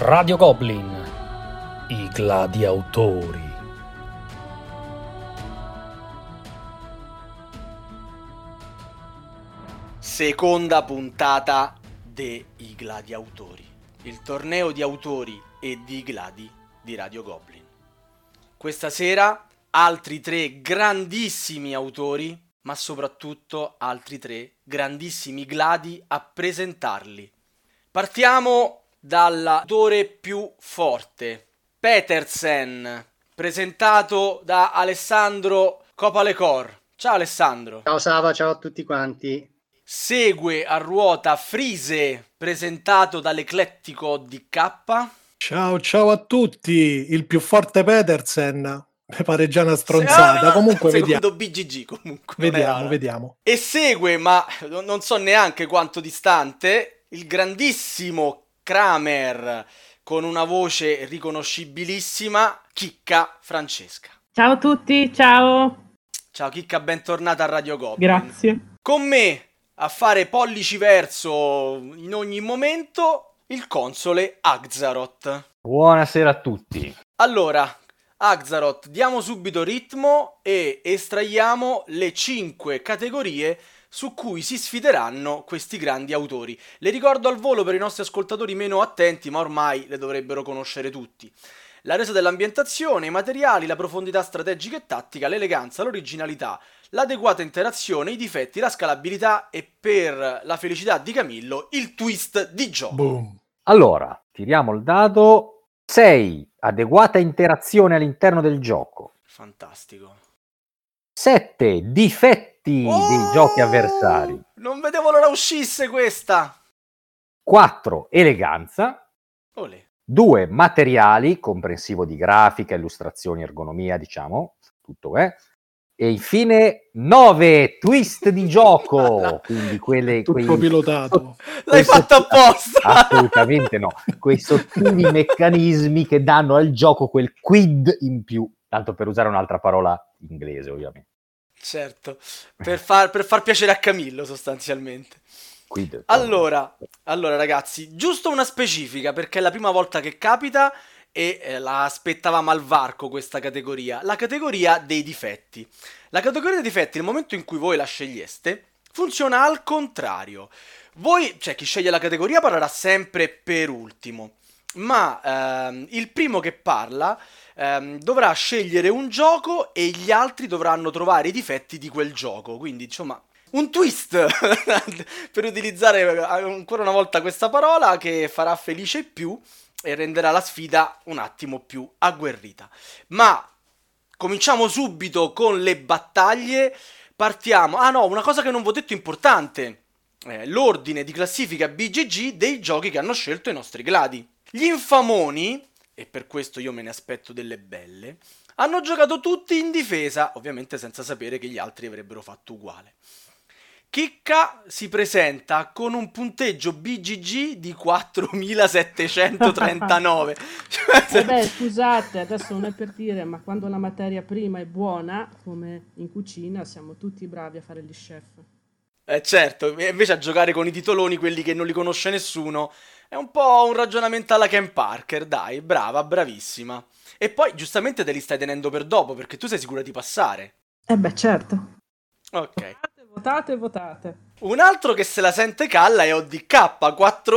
Radio Goblin, i gladiatori. Seconda puntata de I Gladiatori, il torneo di autori e di gladi di Radio Goblin. Questa sera altri 3 grandissimi autori, ma soprattutto altri 3 grandissimi gladi a presentarli. Partiamo dall'autore più forte, Petersen, presentato da Alessandro Copalecor. Ciao Alessandro. Ciao Sava, ciao a tutti quanti. Segue a ruota Frise, presentato dall'eclettico DK. Ciao a tutti, il più forte Petersen. Mi pare già una stronzata, comunque secondo vediamo. BGG comunque. Vediamo. E segue, ma non so neanche quanto distante, il grandissimo Kramer, con una voce riconoscibilissima, Chicca Francesca. Ciao a tutti, ciao. Ciao Chicca, bentornata a Radio Goblin. Grazie. Con me a fare pollici verso in ogni momento il console Axaroth. Buonasera a tutti. Allora, Axaroth, diamo subito ritmo e estraiamo le 5 categorie su cui si sfideranno questi grandi autori. Le ricordo al volo per i nostri ascoltatori meno attenti, ma ormai le dovrebbero conoscere tutti. La resa dell'ambientazione, i materiali, la profondità strategica e tattica, l'eleganza, l'originalità, l'adeguata interazione, i difetti, la scalabilità e, per la felicità di Camillo, il twist di gioco. Boom. Allora, tiriamo il dado. 6. Adeguata interazione all'interno del gioco. Fantastico. 7. Difetti dei giochi avversari. Non vedevo l'ora uscisse questa. 4. Eleganza. Olè. 2. Materiali, comprensivo di grafica, illustrazioni, ergonomia, diciamo, tutto è. E infine 9. Twist di gioco, quindi Tutto pilotato. L'hai fatto apposta. Assolutamente no, quei sottili meccanismi che danno al gioco quel quid in più, tanto per usare un'altra parola inglese ovviamente. Certo, per far piacere a Camillo sostanzialmente. Quid. Allora ragazzi, giusto una specifica, perché è la prima volta che capita e la aspettavamo al varco questa categoria, la categoria dei difetti. La categoria dei difetti, nel momento in cui voi la sceglieste, funziona al contrario. Voi, cioè chi sceglie la categoria parlerà sempre per ultimo, ma il primo che parla dovrà scegliere un gioco e gli altri dovranno trovare i difetti di quel gioco, quindi insomma un twist per utilizzare ancora una volta questa parola che farà felice più e renderà la sfida un attimo più agguerrita. Ma cominciamo subito con le battaglie. Partiamo. Ah no, una cosa che non vi ho detto importante. L'ordine di classifica BGG dei giochi che hanno scelto i nostri gladi. Gli infamoni, e per questo io me ne aspetto delle belle, hanno giocato tutti in difesa, ovviamente senza sapere che gli altri avrebbero fatto uguale. Chicca si presenta con un punteggio BGG di 4739. Scusate, adesso non è per dire, ma quando la materia prima è buona, come in cucina, siamo tutti bravi a fare gli chef. Certo, invece a giocare con i titoloni, quelli che non li conosce nessuno, è un po' un ragionamento alla Ken Parker, dai, brava, bravissima. E poi giustamente te li stai tenendo per dopo, perché tu sei sicura di passare. Certo. Ok. Votate. Un altro che se la sente calla è ODK,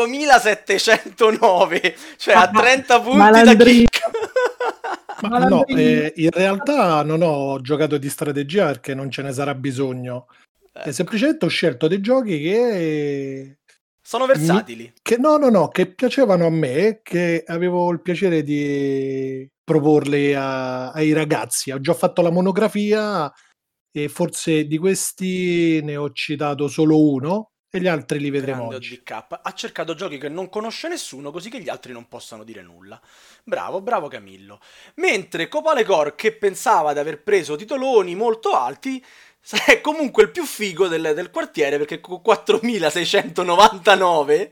4709, cioè a 30 punti da Chicca. Ma no, in realtà non ho giocato di strategia perché non ce ne sarà bisogno. Semplicemente ho scelto dei giochi che sono versatili. Che piacevano a me, che avevo il piacere di proporli ai ragazzi. Ho già fatto la monografia e forse di questi ne ho citato solo uno e gli altri li vedremo Grande oggi. ODK. Ha cercato giochi che non conosce nessuno, così che gli altri non possano dire nulla. Bravo Camillo. Mentre Copalecor, che pensava di aver preso titoloni molto alti, è comunque il più figo del quartiere, perché con 4699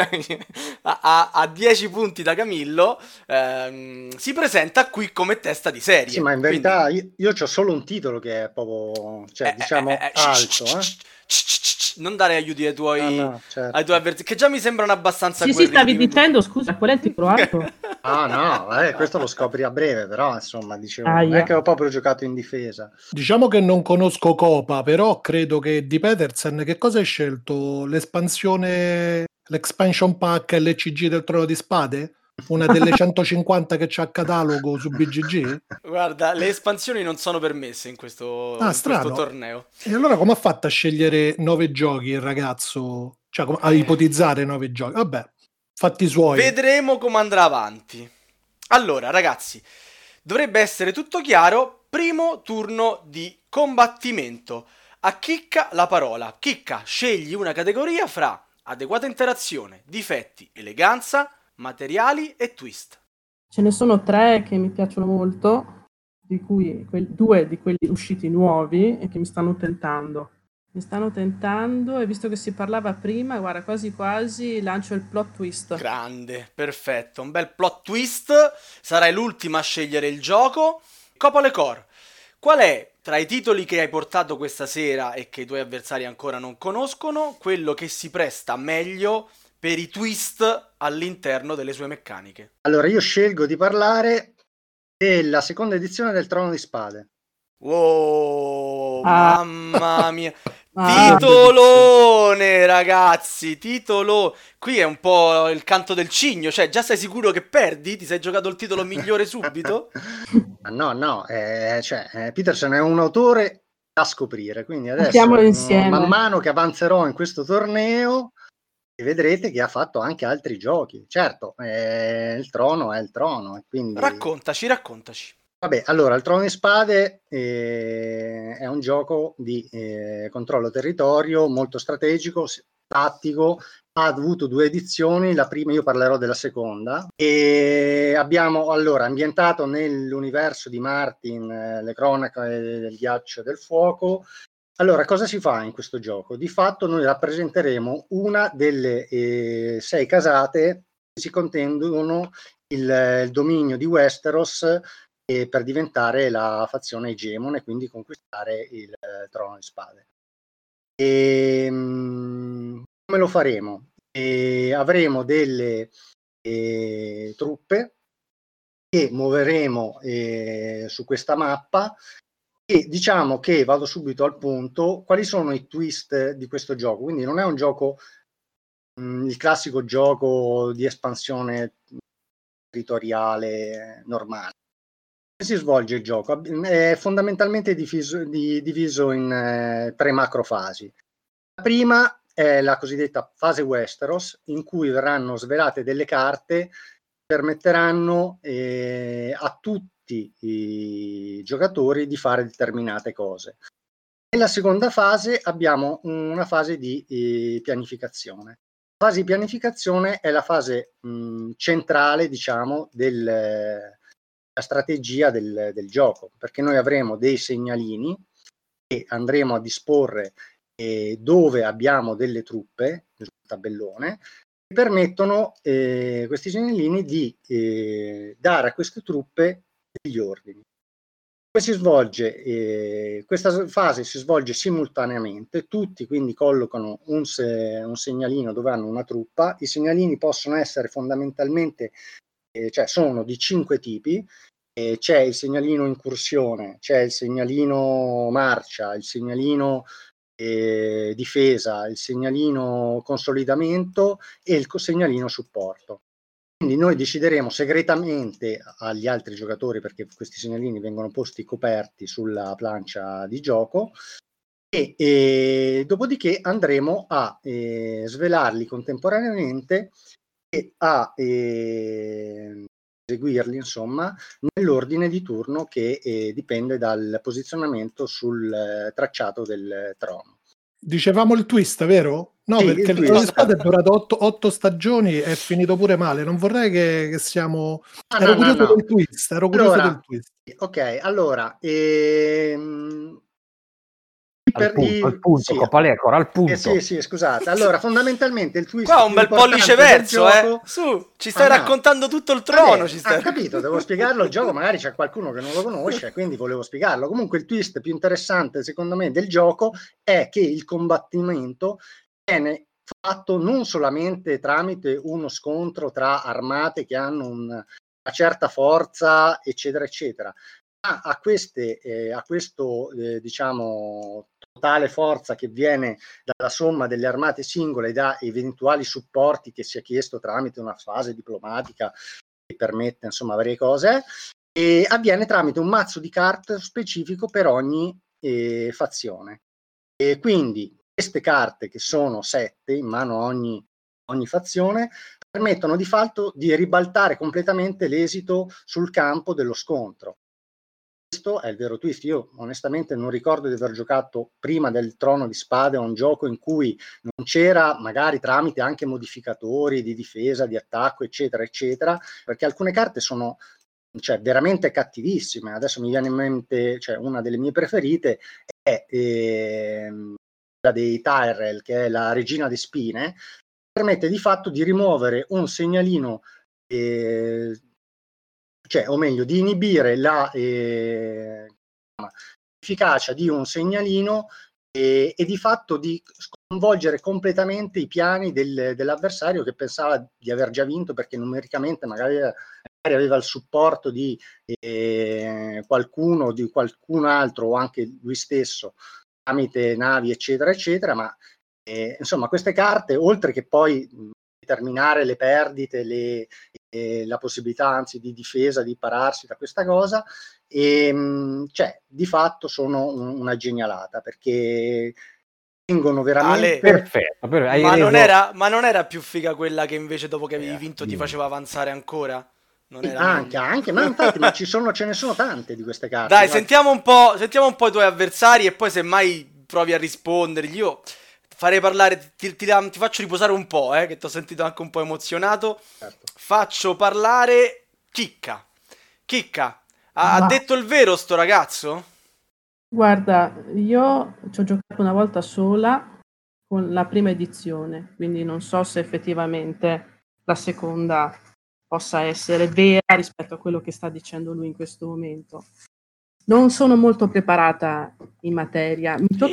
a 10 punti da Camillo si presenta qui come testa di serie. Sì, ma in verità io ho solo un titolo che è proprio, cioè, diciamo, alto. non dare aiuti ai tuoi, certo. ai tuoi avversari, che già mi sembrano abbastanza Sì, agguerriti. stavi quindi- dicendo, scusa, qual è il titolo alto? Questo lo scopri a breve, però insomma, dicevo, non Aia. è che ho proprio giocato in difesa. Diciamo che non conosco Copa, però credo che di Petersen che cosa hai scelto? L'espansione, l'expansion pack LCG del Trono di Spade? Una delle 150 che c'ha a catalogo su BGG? Guarda, le espansioni non sono permesse in questo, Ah, in questo strano. torneo. E allora come ha fatto a scegliere 9 giochi il ragazzo? Cioè a ipotizzare 9 giochi? Vabbè, fatti suoi. Vedremo come andrà avanti. Allora, ragazzi, dovrebbe essere tutto chiaro. Primo turno di combattimento. A Chicca la parola. Chicca, scegli una categoria fra adeguata interazione, difetti, eleganza, materiali e twist. Ce ne sono 3 che mi piacciono molto, di cui 2 di quelli usciti nuovi e che mi stanno tentando. E visto che si parlava prima, guarda, quasi quasi lancio il plot twist. Grande, perfetto, un bel plot twist. Sarai l'ultima a scegliere il gioco. Copole Core, qual è tra i titoli che hai portato questa sera e che i tuoi avversari ancora non conoscono quello che si presta meglio per i twist all'interno delle sue meccaniche? Allora, io scelgo di parlare della seconda edizione del Trono di Spade. Wow, Ah. mamma mia. Ah. Titolone, ragazzi, titolo. Qui è un po' il canto del cigno, cioè già sei sicuro che perdi? Ti sei giocato il titolo migliore subito? No, Petersen è un autore da scoprire, quindi adesso Mettiamolo insieme. man mano che avanzerò in questo torneo vedrete che ha fatto anche altri giochi. Certo, il trono è il trono, e quindi... Raccontaci. Vabbè, allora, il Trono di Spade è un gioco di controllo territorio molto strategico, tattico, ha avuto 2 edizioni, la prima, io parlerò della seconda, e abbiamo allora ambientato nell'universo di Martin, le cronache del ghiaccio e del fuoco. Allora, cosa si fa in questo gioco? Di fatto noi rappresenteremo una delle 6 casate che si contendono il dominio di Westeros, per diventare la fazione egemone e quindi conquistare il Trono di Spade. Come lo faremo? Avremo delle truppe che muoveremo su questa mappa, e diciamo che vado subito al punto. Quali sono i twist di questo gioco? Quindi non è un gioco, il classico gioco di espansione territoriale normale. Si svolge il gioco? È fondamentalmente diviso in 3 macrofasi. La prima è la cosiddetta fase Westeros, in cui verranno svelate delle carte che permetteranno a tutti i giocatori di fare determinate cose. Nella seconda fase abbiamo una fase di pianificazione. La fase di pianificazione è la fase centrale, diciamo, la strategia del gioco, perché noi avremo dei segnalini che andremo a disporre dove abbiamo delle truppe sul tabellone, che permettono questi segnalini di dare a queste truppe degli ordini. Si svolge, questa fase si svolge simultaneamente, tutti quindi collocano un segnalino dove hanno una truppa. I segnalini possono essere fondamentalmente, cioè sono di 5 tipi. C'è il segnalino incursione, c'è il segnalino marcia, il segnalino difesa, il segnalino consolidamento e il segnalino supporto. Quindi noi decideremo segretamente agli altri giocatori, perché questi segnalini vengono posti coperti sulla plancia di gioco, e dopodiché andremo a svelarli contemporaneamente e a eseguirli, insomma, nell'ordine di turno che dipende dal posizionamento sul tracciato del trono. Dicevamo il twist, vero? No, Sì, perché il il Trono di twist. Spade è durato 8 stagioni e è finito pure male. Non vorrei che siamo... Ero curioso del twist, ero curioso del twist. Ok, allora, il al punto, sì, Copalecore, al punto. sì, scusate. Allora, fondamentalmente il twist Qua un bel pollice verso, gioco... Su, ci stai raccontando tutto il trono. Ci stai... capito, devo spiegarlo il gioco, magari c'è qualcuno che non lo conosce, quindi volevo spiegarlo. Comunque il twist più interessante, secondo me, del gioco è che il combattimento viene fatto non solamente tramite uno scontro tra armate che hanno una certa forza, eccetera, eccetera, ma a questo diciamo totale forza che viene dalla somma delle armate singole e da eventuali supporti che sia chiesto tramite una fase diplomatica che permette insomma varie cose, e avviene tramite un mazzo di carte specifico per ogni fazione. E quindi queste carte, che sono 7 in mano a ogni fazione, permettono di fatto di ribaltare completamente l'esito sul campo dello scontro. Questo è il vero twist. Io onestamente non ricordo di aver giocato prima del Trono di Spade a un gioco in cui non c'era, magari tramite anche modificatori di difesa, di attacco, eccetera, eccetera, perché alcune carte sono veramente cattivissime. Adesso mi viene in mente, una delle mie preferite è quella dei Tyrell, che è la regina di spine, permette di fatto di rimuovere un segnalino, o meglio di inibire l'efficacia di un segnalino e di fatto di sconvolgere completamente i piani dell'avversario, che pensava di aver già vinto perché numericamente magari aveva il supporto di qualcuno, di qualcun altro o anche lui stesso tramite navi eccetera eccetera, ma insomma queste carte, oltre che poi determinare le perdite, la possibilità anzi di difesa, di pararsi da questa cosa, di fatto sono una genialata, perché vengono veramente perfetto. Ma non era più figa quella che invece dopo che avevi vinto ti faceva avanzare ancora? Non era anche, ma infatti ma ce ne sono tante di queste carte. Dai, sentiamo un po' i tuoi avversari e poi semmai provi a rispondergli. Io farei parlare, ti faccio riposare un po', che ti ho sentito anche un po' emozionato. Certo. Faccio parlare Chicca. Ha detto il vero sto ragazzo? Guarda, io ci ho giocato una volta sola con la prima edizione, quindi non so se effettivamente la seconda possa essere vera rispetto a quello che sta dicendo lui in questo momento. Non sono molto preparata in materia. Mi tocca...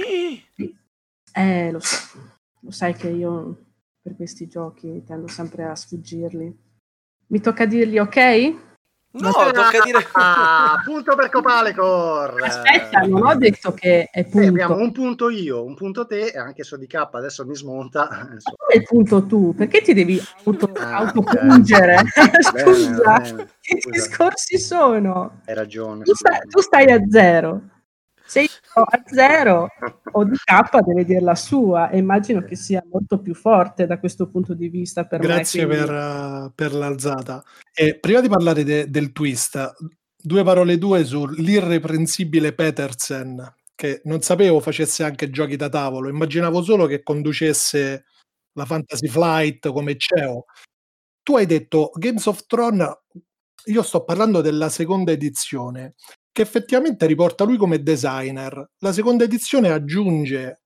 lo so. Lo sai che io per questi giochi tendo sempre a sfuggirli. Mi tocca dirgli ok? No, tocca dire... punto per Copalecore. Aspetta, non ho detto che è punto. Abbiamo un punto io, un punto te, e anche so di K adesso mi smonta. È il punto tu, perché ti devi autopungere? Scusa, bene. Che discorsi sono? Hai ragione. Tu stai a 0. Se io sto a 0, ODK deve dire la sua, e immagino che sia molto più forte da questo punto di vista per Grazie me. Grazie per l'alzata. E prima di parlare del twist, due parole sull'irreprensibile Petersen, che non sapevo facesse anche giochi da tavolo, immaginavo solo che conducesse la Fantasy Flight come CEO. Tu hai detto Games of Thrones, io sto parlando della seconda edizione, che effettivamente riporta lui come designer. La seconda edizione aggiunge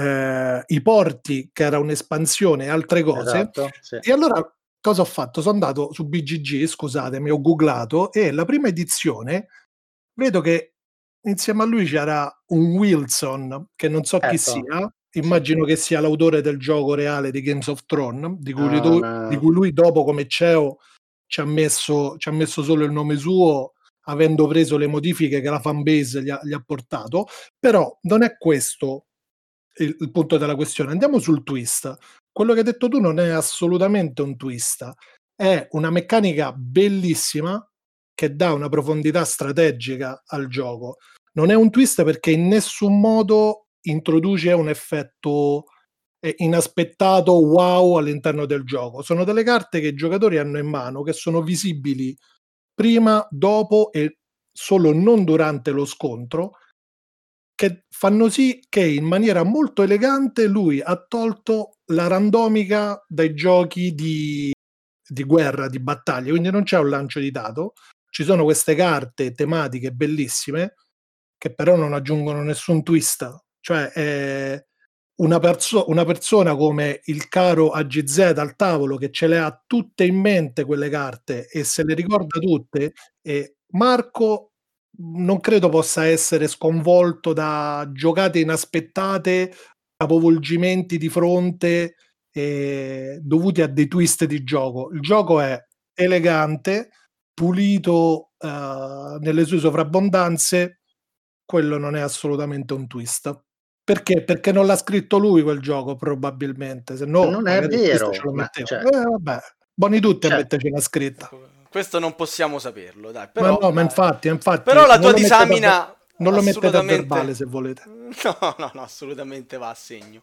i porti, che era un'espansione, e altre cose. Esatto, sì. E allora cosa ho fatto? Sono andato su BGG, scusatemi, ho googlato, e la prima edizione vedo che insieme a lui c'era un Wilson, che non so chi sia, immagino che sia l'autore del gioco reale di Games of Thrones, di cui lui dopo come CEO ci ha messo solo il nome suo, avendo preso le modifiche che la fanbase gli ha portato. Però non è questo il punto della questione. Andiamo sul twist. Quello che hai detto tu non è assolutamente un twist, è una meccanica bellissima che dà una profondità strategica al gioco. Non è un twist perché in nessun modo introduce un effetto inaspettato wow all'interno del gioco. Sono delle carte che i giocatori hanno in mano, che sono visibili prima, dopo e solo non durante lo scontro, che fanno sì che in maniera molto elegante lui ha tolto la randomica dai giochi di guerra, di battaglia, quindi non c'è un lancio di dado, ci sono queste carte tematiche bellissime che però non aggiungono nessun twist, cioè una persona come il caro AGZ al tavolo che ce le ha tutte in mente quelle carte e se le ricorda tutte, e Marco non credo possa essere sconvolto da giocate inaspettate, capovolgimenti di fronte dovuti a dei twist di gioco. Il gioco è elegante, pulito nelle sue sovrabbondanze, quello non è assolutamente un twist. Perché? Perché non l'ha scritto lui quel gioco, probabilmente, se no Non è magari il twist vero, ce lo ma metteva. cioè, Vabbè, buoni tutti a cioè, metterci una scritta. Questo non possiamo saperlo, dai. Ma Però, no, ma infatti, però la non tua lo mettete disamina non lo mettete a assolutamente... verbale se volete. No, assolutamente va a segno.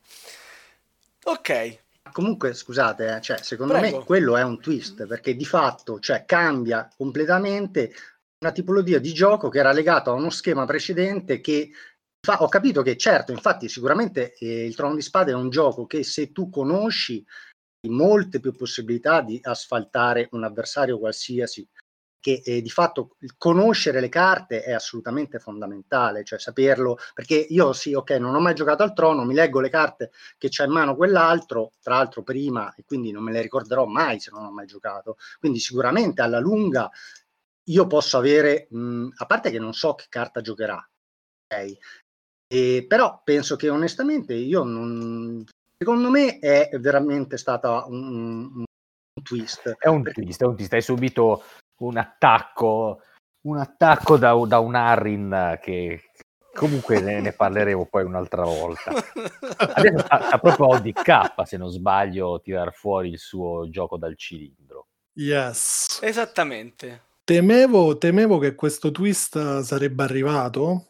Ok, comunque, scusate, cioè, secondo prego. me quello è un twist, perché di fatto, cioè, cambia completamente una tipologia di gioco che era legata a uno schema precedente che ho capito che certo, infatti sicuramente il Trono di Spade è un gioco che se tu conosci hai molte più possibilità di asfaltare un avversario qualsiasi, che di fatto conoscere le carte è assolutamente fondamentale, cioè saperlo, perché io sì, ok, non ho mai giocato al Trono, mi leggo le carte che c'ha in mano quell'altro, tra l'altro prima, e quindi non me le ricorderò mai se non ho mai giocato, quindi sicuramente alla lunga io posso avere, a parte che non so che carta giocherà, ok? Però penso che onestamente io non... Secondo me è veramente stata un twist. È un twist, hai subito un attacco da un Arrin che comunque ne parleremo poi un'altra volta. Adesso sta proprio a ODK, se non sbaglio, tirar fuori il suo gioco dal cilindro. Yes. Esattamente. Temevo che questo twist sarebbe arrivato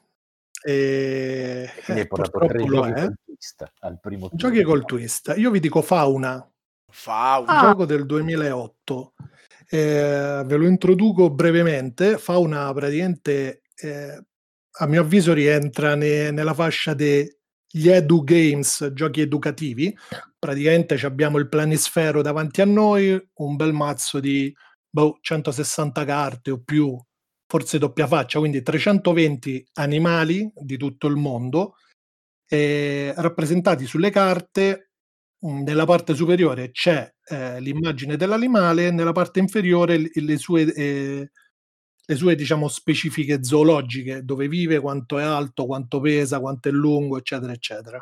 e Quindi hai portato purtroppo 3 lo giochi è. col twist al primo Giochi turno. col twist. Io vi dico Fauna, Fauna. gioco del 2008. Ve lo introduco brevemente. Fauna praticamente, a mio avviso, rientra nella fascia degli edu games, giochi educativi. Praticamente abbiamo il planisfero davanti a noi, un bel mazzo di 160 carte o più, forse doppia faccia, quindi 320 animali di tutto il mondo, rappresentati sulle carte. Nella parte superiore c'è l'immagine dell'animale, nella parte inferiore le sue diciamo specifiche zoologiche, dove vive, quanto è alto, quanto pesa, quanto è lungo, eccetera eccetera.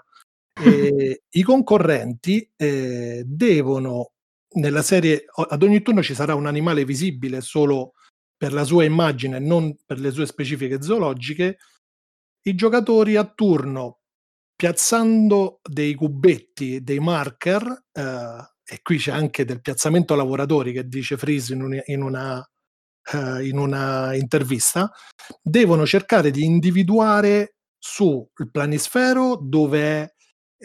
I concorrenti devono, nella serie, ad ogni turno ci sarà un animale visibile solo per la sua immagine, non per le sue specifiche zoologiche. I giocatori a turno, piazzando dei cubetti, dei marker, e qui c'è anche del piazzamento lavoratori che dice Freeze in una intervista, devono cercare di individuare sul planisfero dove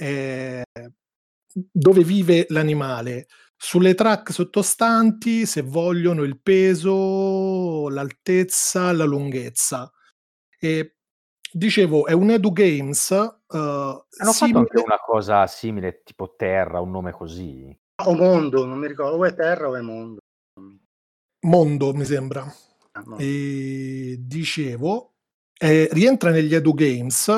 vive l'animale, sulle track sottostanti, se vogliono, il peso, l'altezza, la lunghezza. E dicevo, è un Edu Games Hanno fatto anche una cosa simile, tipo Terra, un nome così. O Mondo, non mi ricordo, o è Terra o è Mondo. Mondo, mi sembra. No. E dicevo, rientra negli Edu Games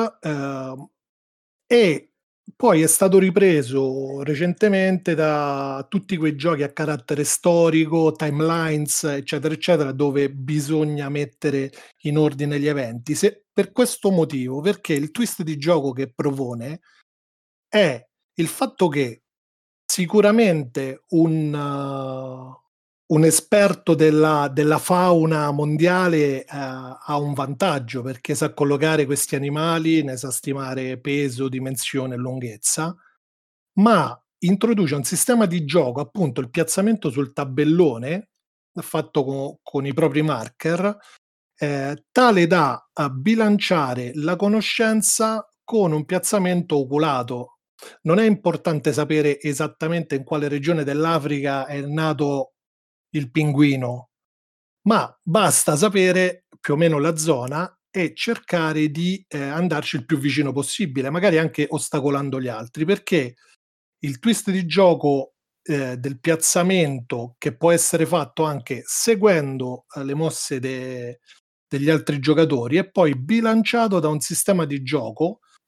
e poi è stato ripreso recentemente da tutti quei giochi a carattere storico, timelines, eccetera, eccetera, dove bisogna mettere in ordine gli eventi. Per questo motivo, perché il twist di gioco che propone è il fatto che sicuramente un esperto della fauna mondiale ha un vantaggio, perché sa collocare questi animali, ne sa stimare peso, dimensione e lunghezza, ma introduce un sistema di gioco, appunto il piazzamento sul tabellone fatto con i propri marker, tale da bilanciare la conoscenza con un piazzamento oculato. Non è importante sapere esattamente in quale regione dell'Africa è nato il pinguino, ma basta sapere più o meno la zona e cercare di andarci il più vicino possibile, magari anche ostacolando gli altri, perché il twist di gioco del piazzamento, che può essere fatto anche seguendo le mosse degli altri giocatori, è poi bilanciato da un sistema di gioco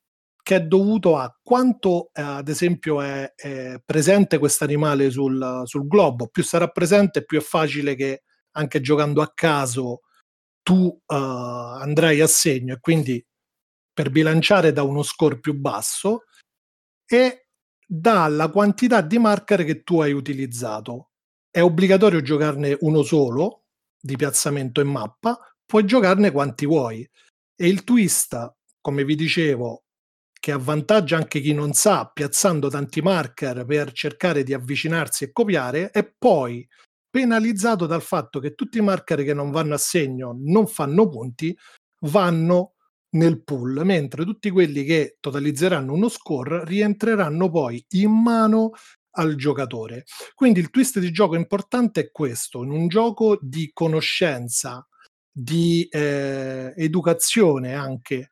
che è dovuto a quanto, ad esempio, è presente questo animale sul globo. Più sarà presente, più è facile che anche giocando a caso tu andrai a segno, e quindi per bilanciare da uno score più basso, e dalla quantità di marker che tu hai utilizzato. È obbligatorio giocarne uno solo di piazzamento in mappa, puoi giocarne quanti vuoi. E il twist, come vi dicevo, che avvantaggia anche chi non sa, piazzando tanti marker per cercare di avvicinarsi e copiare, è poi penalizzato dal fatto che tutti i marker che non vanno a segno, non fanno punti, vanno nel pool, mentre tutti quelli che totalizzeranno uno score rientreranno poi in mano al giocatore. Quindi il twist di gioco importante è questo: in un gioco di conoscenza, di educazione anche,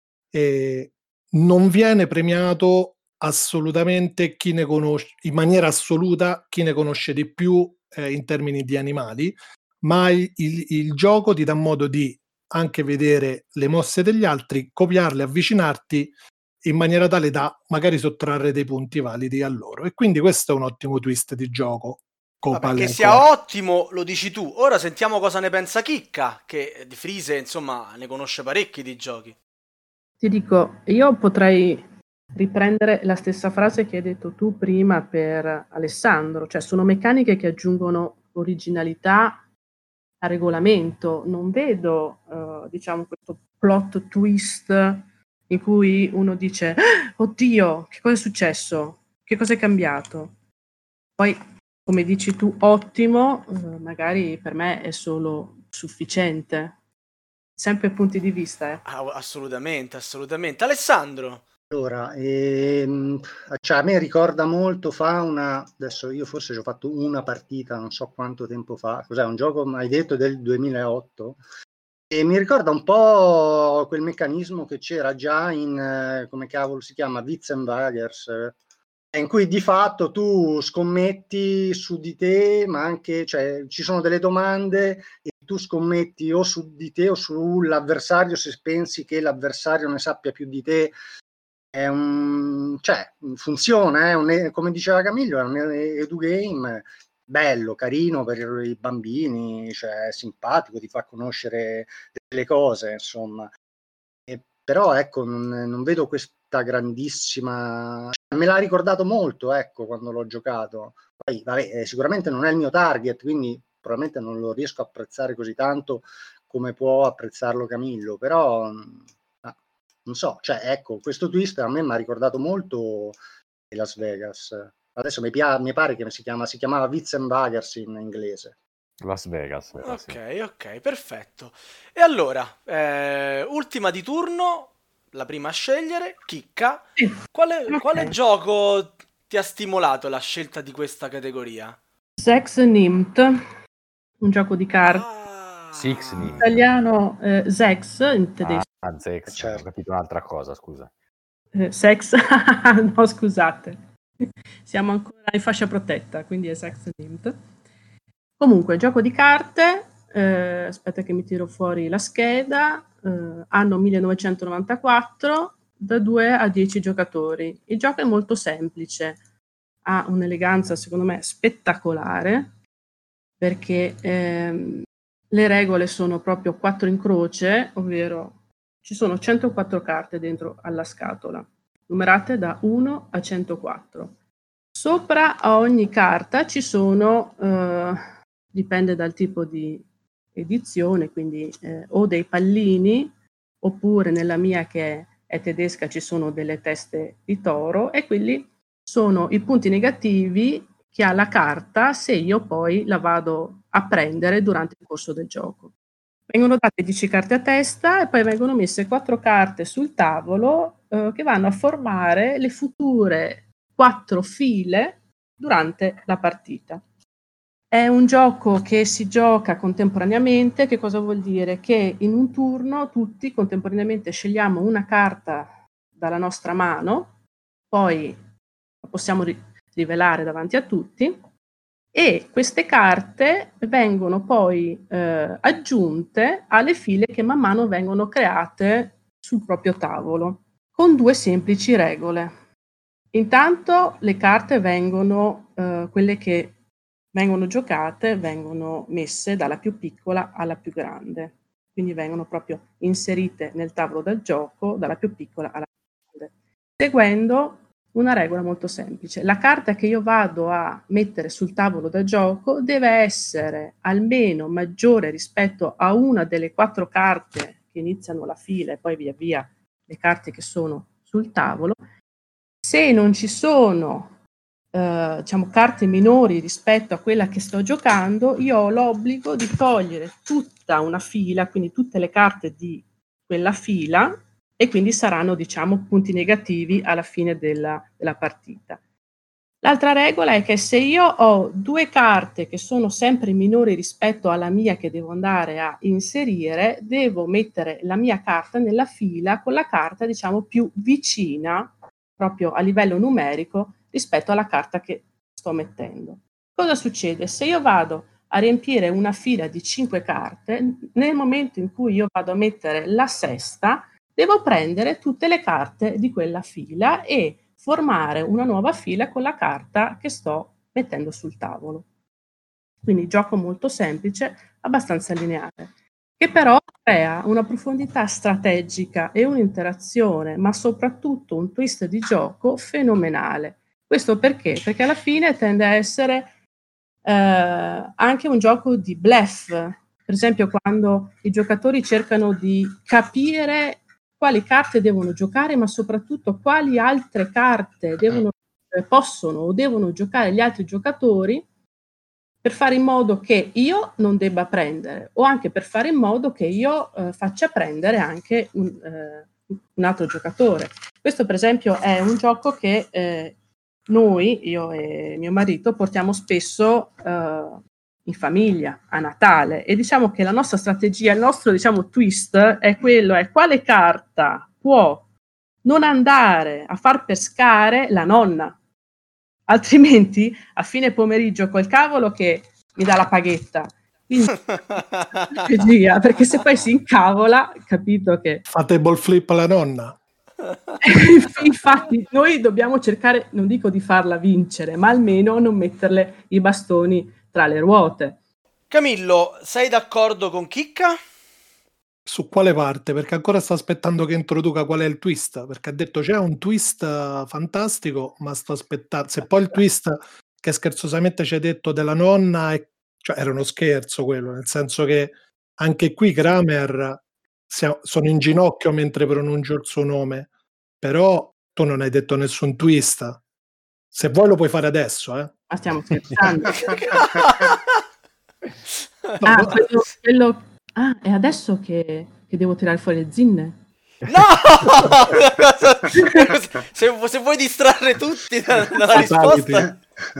non viene premiato assolutamente chi ne conosce, in maniera assoluta, chi ne conosce di più in termini di animali, ma il gioco ti dà modo di anche vedere le mosse degli altri, copiarle, avvicinarti in maniera tale da magari sottrarre dei punti validi a loro. E quindi questo è un ottimo twist di gioco. Vabbè, che sia ottimo lo dici tu. Ora sentiamo cosa ne pensa Chicca, che di Frise insomma ne conosce parecchi di giochi. Ti dico, io potrei riprendere la stessa frase che hai detto tu prima per Alessandro, cioè sono meccaniche che aggiungono originalità al regolamento. Non vedo diciamo questo plot twist in cui uno dice oddio, che cosa è successo? Che cosa è cambiato? Poi, come dici tu, ottimo, magari per me è solo sufficiente. Sempre punti di vista, Assolutamente, assolutamente. Alessandro. Allora, cioè a me ricorda molto, adesso io forse ci ho fatto una partita, non so quanto tempo fa, cos'è, un gioco, hai detto, del 2008, e mi ricorda un po' quel meccanismo che c'era già in, come cavolo si chiama, Wits and Wagers, in cui di fatto tu scommetti su di te, ma anche, cioè, ci sono delle domande e tu scommetti o su di te o sull'avversario, se pensi che l'avversario ne sappia più di te. È cioè, funziona, come diceva Camillo, è un edugame bello, carino per i bambini, cioè simpatico, ti fa conoscere delle cose, insomma. Però ecco, non vedo questa grandissima, cioè, me l'ha ricordato molto, ecco, quando l'ho giocato. Poi vabbè, sicuramente non è il mio target, quindi probabilmente non lo riesco a apprezzare così tanto come può apprezzarlo Camillo, però non so, cioè ecco, questo twist a me mi ha ricordato molto Las Vegas. Adesso mi pare che si chiamava Wits and Wagers in inglese. Las Vegas. Ok, perfetto. E allora, ultima di turno, la prima a scegliere, Chicca. Quale gioco ti ha stimolato la scelta di questa categoria? Sex Nimt, un gioco di carte. Six in italiano Sex, in tedesco. Sex, certo. Ho capito un'altra cosa, scusa. Sex, no scusate, siamo ancora in fascia protetta, quindi è Sex Nimt. Comunque, gioco di carte, aspetta che mi tiro fuori la scheda, anno 1994, da 2 a 10 giocatori. Il gioco è molto semplice, ha un'eleganza secondo me spettacolare, perché le regole sono proprio 4 in croce, ovvero ci sono 104 carte dentro alla scatola, numerate da 1 a 104. Sopra a ogni carta ci sono, dipende dal tipo di edizione, quindi o dei pallini, oppure nella mia che è tedesca ci sono delle teste di toro, e quelli sono i punti negativi che ha la carta se io poi la vado a prendere durante il corso del gioco. Vengono date 10 carte a testa e poi vengono messe 4 carte sul tavolo che vanno a formare le future 4 file durante la partita. È un gioco che si gioca contemporaneamente. Che cosa vuol dire? Che in un turno tutti contemporaneamente scegliamo una carta dalla nostra mano, poi la possiamo rivelare davanti a tutti, e queste carte vengono poi aggiunte alle file che man mano vengono create sul proprio tavolo. con 2 semplici regole. Intanto le carte vengono, quelle che vengono giocate, vengono messe dalla più piccola alla più grande, quindi vengono proprio inserite nel tavolo da gioco dalla più piccola alla più grande, seguendo una regola molto semplice. La carta che io vado a mettere sul tavolo da gioco deve essere almeno maggiore rispetto a una delle 4 carte che iniziano la fila e poi via via le carte che sono sul tavolo. Se non ci sono diciamo carte minori rispetto a quella che sto giocando, io ho l'obbligo di togliere tutta una fila, quindi tutte le carte di quella fila, e quindi saranno, diciamo, punti negativi alla fine della partita. L'altra regola è che se io ho 2 carte che sono sempre minori rispetto alla mia che devo andare a inserire, devo mettere la mia carta nella fila con la carta, diciamo, più vicina proprio a livello numerico rispetto alla carta che sto mettendo. Cosa succede? Se io vado a riempire una fila di 5 carte, nel momento in cui io vado a mettere la sesta, devo prendere tutte le carte di quella fila e formare una nuova fila con la carta che sto mettendo sul tavolo. Quindi gioco molto semplice, abbastanza lineare, che però crea una profondità strategica e un'interazione, ma soprattutto un twist di gioco fenomenale. Questo perché? Perché alla fine tende a essere anche un gioco di bluff. Per esempio, quando i giocatori cercano di capire quali carte devono giocare, ma soprattutto quali altre carte possono o devono giocare gli altri giocatori, per fare in modo che io non debba prendere, o anche per fare in modo che io faccia prendere anche un altro giocatore. Questo per esempio è un gioco che noi, io e mio marito, portiamo spesso in famiglia a Natale, e diciamo che la nostra strategia, il nostro, diciamo, twist è quello, è quale carta può non andare a far pescare la nonna, altrimenti a fine pomeriggio col cavolo che mi dà la paghetta. Quindi strategia, perché se poi si incavola, capito che Fate ball flip alla nonna. Infatti noi dobbiamo cercare, non dico di farla vincere, ma almeno non metterle i bastoni tra le ruote. Camillo, sei d'accordo con Chicca? Su quale parte? Perché ancora sto aspettando che introduca qual è il twist, perché ha detto c'è un twist fantastico, ma sto aspettando. Se poi il twist che scherzosamente ci hai detto della nonna, cioè era uno scherzo quello, nel senso che anche qui Kramer sono in ginocchio mentre pronuncio il suo nome, però tu non hai detto nessun twist. Se vuoi lo puoi fare adesso, Ma stiamo scherzando. No, quello... Ah, è adesso che devo tirare fuori le zinne? No! se vuoi distrarre tutti dalla risposta.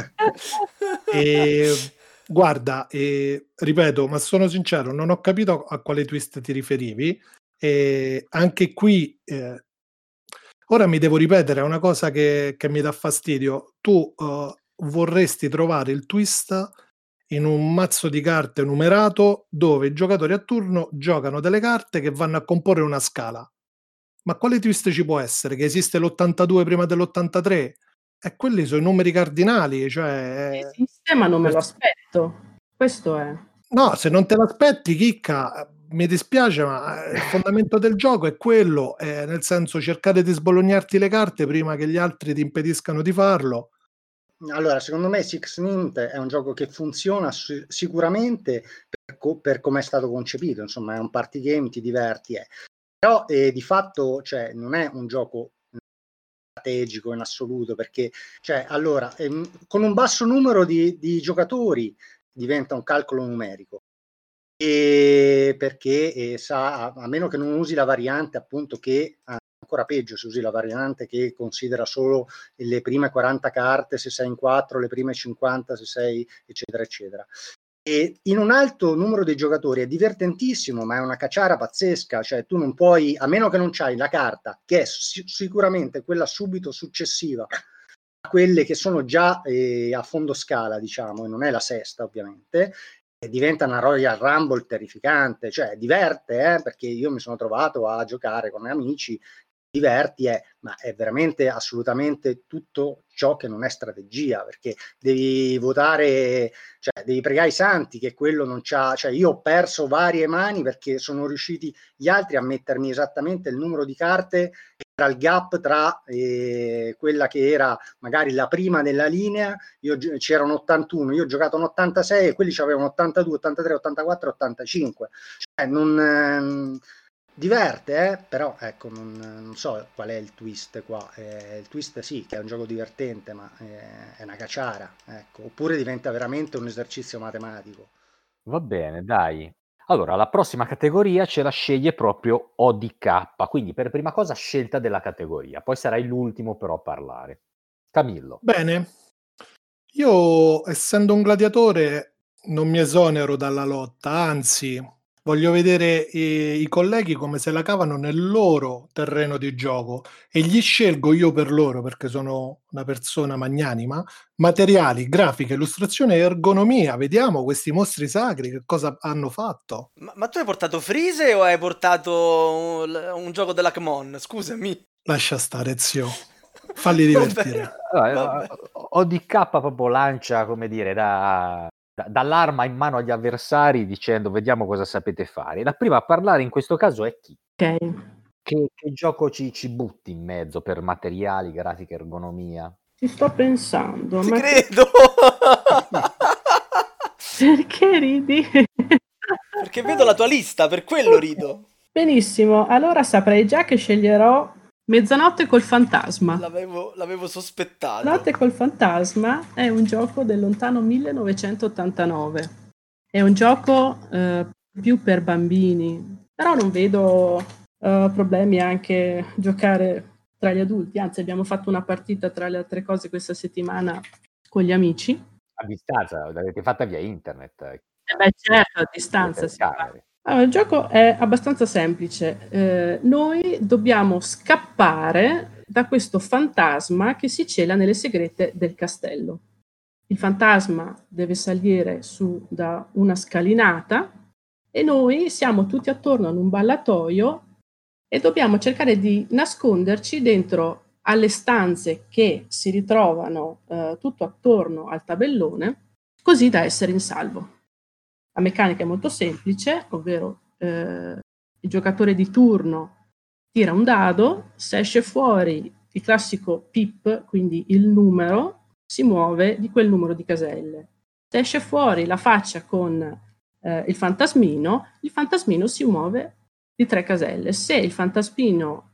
Guarda, ripeto, ma sono sincero, non ho capito a quale twist ti riferivi. Anche qui, ora mi devo ripetere, è una cosa che mi dà fastidio. Tu vorresti trovare il twist in un mazzo di carte numerato dove i giocatori a turno giocano delle carte che vanno a comporre una scala. Ma quale twist ci può essere? Che esiste l'82 prima dell'83? E quelli sono i numeri cardinali, cioè... Esiste, ma non me lo aspetto. Questo è. No, se non te l'aspetti, Chicca, mi dispiace, ma il fondamento del gioco è quello, nel senso cercare di sbolognarti le carte prima che gli altri ti impediscano di farlo. Allora, secondo me Six Nint è un gioco che funziona sicuramente per come è stato concepito, insomma è un party game, ti diverti, però di fatto cioè, non è un gioco strategico in assoluto, perché cioè, allora, con un basso numero di giocatori diventa un calcolo numerico, e perché a meno che non usi la variante appunto che ancora peggio se usi la variante che considera solo le prime 40 carte se sei in 4, le prime 50 se sei eccetera eccetera, e in un alto numero di giocatori è divertentissimo, ma è una cacciara pazzesca, cioè tu non puoi, a meno che non c'hai la carta che è sicuramente quella subito successiva a quelle che sono già a fondo scala, diciamo, e non è la sesta ovviamente, diventa una Royal Rumble terrificante, cioè diverte, perché io mi sono trovato a giocare con amici diverti ma è veramente assolutamente tutto ciò che non è strategia, perché devi votare, cioè devi pregare i santi che quello non c'ha, cioè io ho perso varie mani perché sono riusciti gli altri a mettermi esattamente il numero di carte, tra il gap tra quella che era magari la prima della linea, c'erano 81, io ho giocato un 86 e quelli avevano 82, 83, 84, 85, cioè non diverte, però ecco, non so qual è il twist qua. Il twist sì, che è un gioco divertente, ma è una caciara, ecco. Oppure diventa veramente un esercizio matematico. Va bene, dai. Allora, la prossima categoria ce la sceglie proprio ODK, quindi per prima cosa scelta della categoria, poi sarai l'ultimo però a parlare. Camillo. Bene, io essendo un gladiatore non mi esonero dalla lotta, anzi voglio vedere i colleghi come se la cavano nel loro terreno di gioco e gli scelgo io per loro, perché sono una persona magnanima, materiali, grafica, illustrazione e ergonomia. Vediamo questi mostri sacri che cosa hanno fatto. Ma tu hai portato Freeze o hai portato un gioco della Kmon? Scusami. Lascia stare, zio. Falli divertire. Allora, ODK proprio lancia, come dire, dall'arma in mano agli avversari dicendo vediamo cosa sapete fare. La prima a parlare in questo caso è chi? Ok. Che gioco ci butti in mezzo per materiali, grafica, ergonomia? Ci sto pensando. Ti ma credo! Perché ridi? Perché vedo la tua lista, per quello rido. Benissimo, allora saprei già che sceglierò Mezzanotte col fantasma. L'avevo sospettato. Notte col fantasma è un gioco del lontano 1989. È un gioco più per bambini, però non vedo problemi anche giocare tra gli adulti. Anzi, abbiamo fatto una partita tra le altre cose questa settimana con gli amici. A distanza, l'avete fatta via internet. Beh, certo, a distanza si fa. Allora, il gioco è abbastanza semplice. Noi dobbiamo scappare da questo fantasma che si cela nelle segrete del castello. Il fantasma deve salire su da una scalinata e noi siamo tutti attorno ad un ballatoio e dobbiamo cercare di nasconderci dentro alle stanze che si ritrovano tutto attorno al tabellone, così da essere in salvo. La meccanica è molto semplice, ovvero il giocatore di turno tira un dado, se esce fuori il classico pip, quindi il numero, si muove di quel numero di caselle. Se esce fuori la faccia con il fantasmino si muove di 3 caselle. Se il fantasmino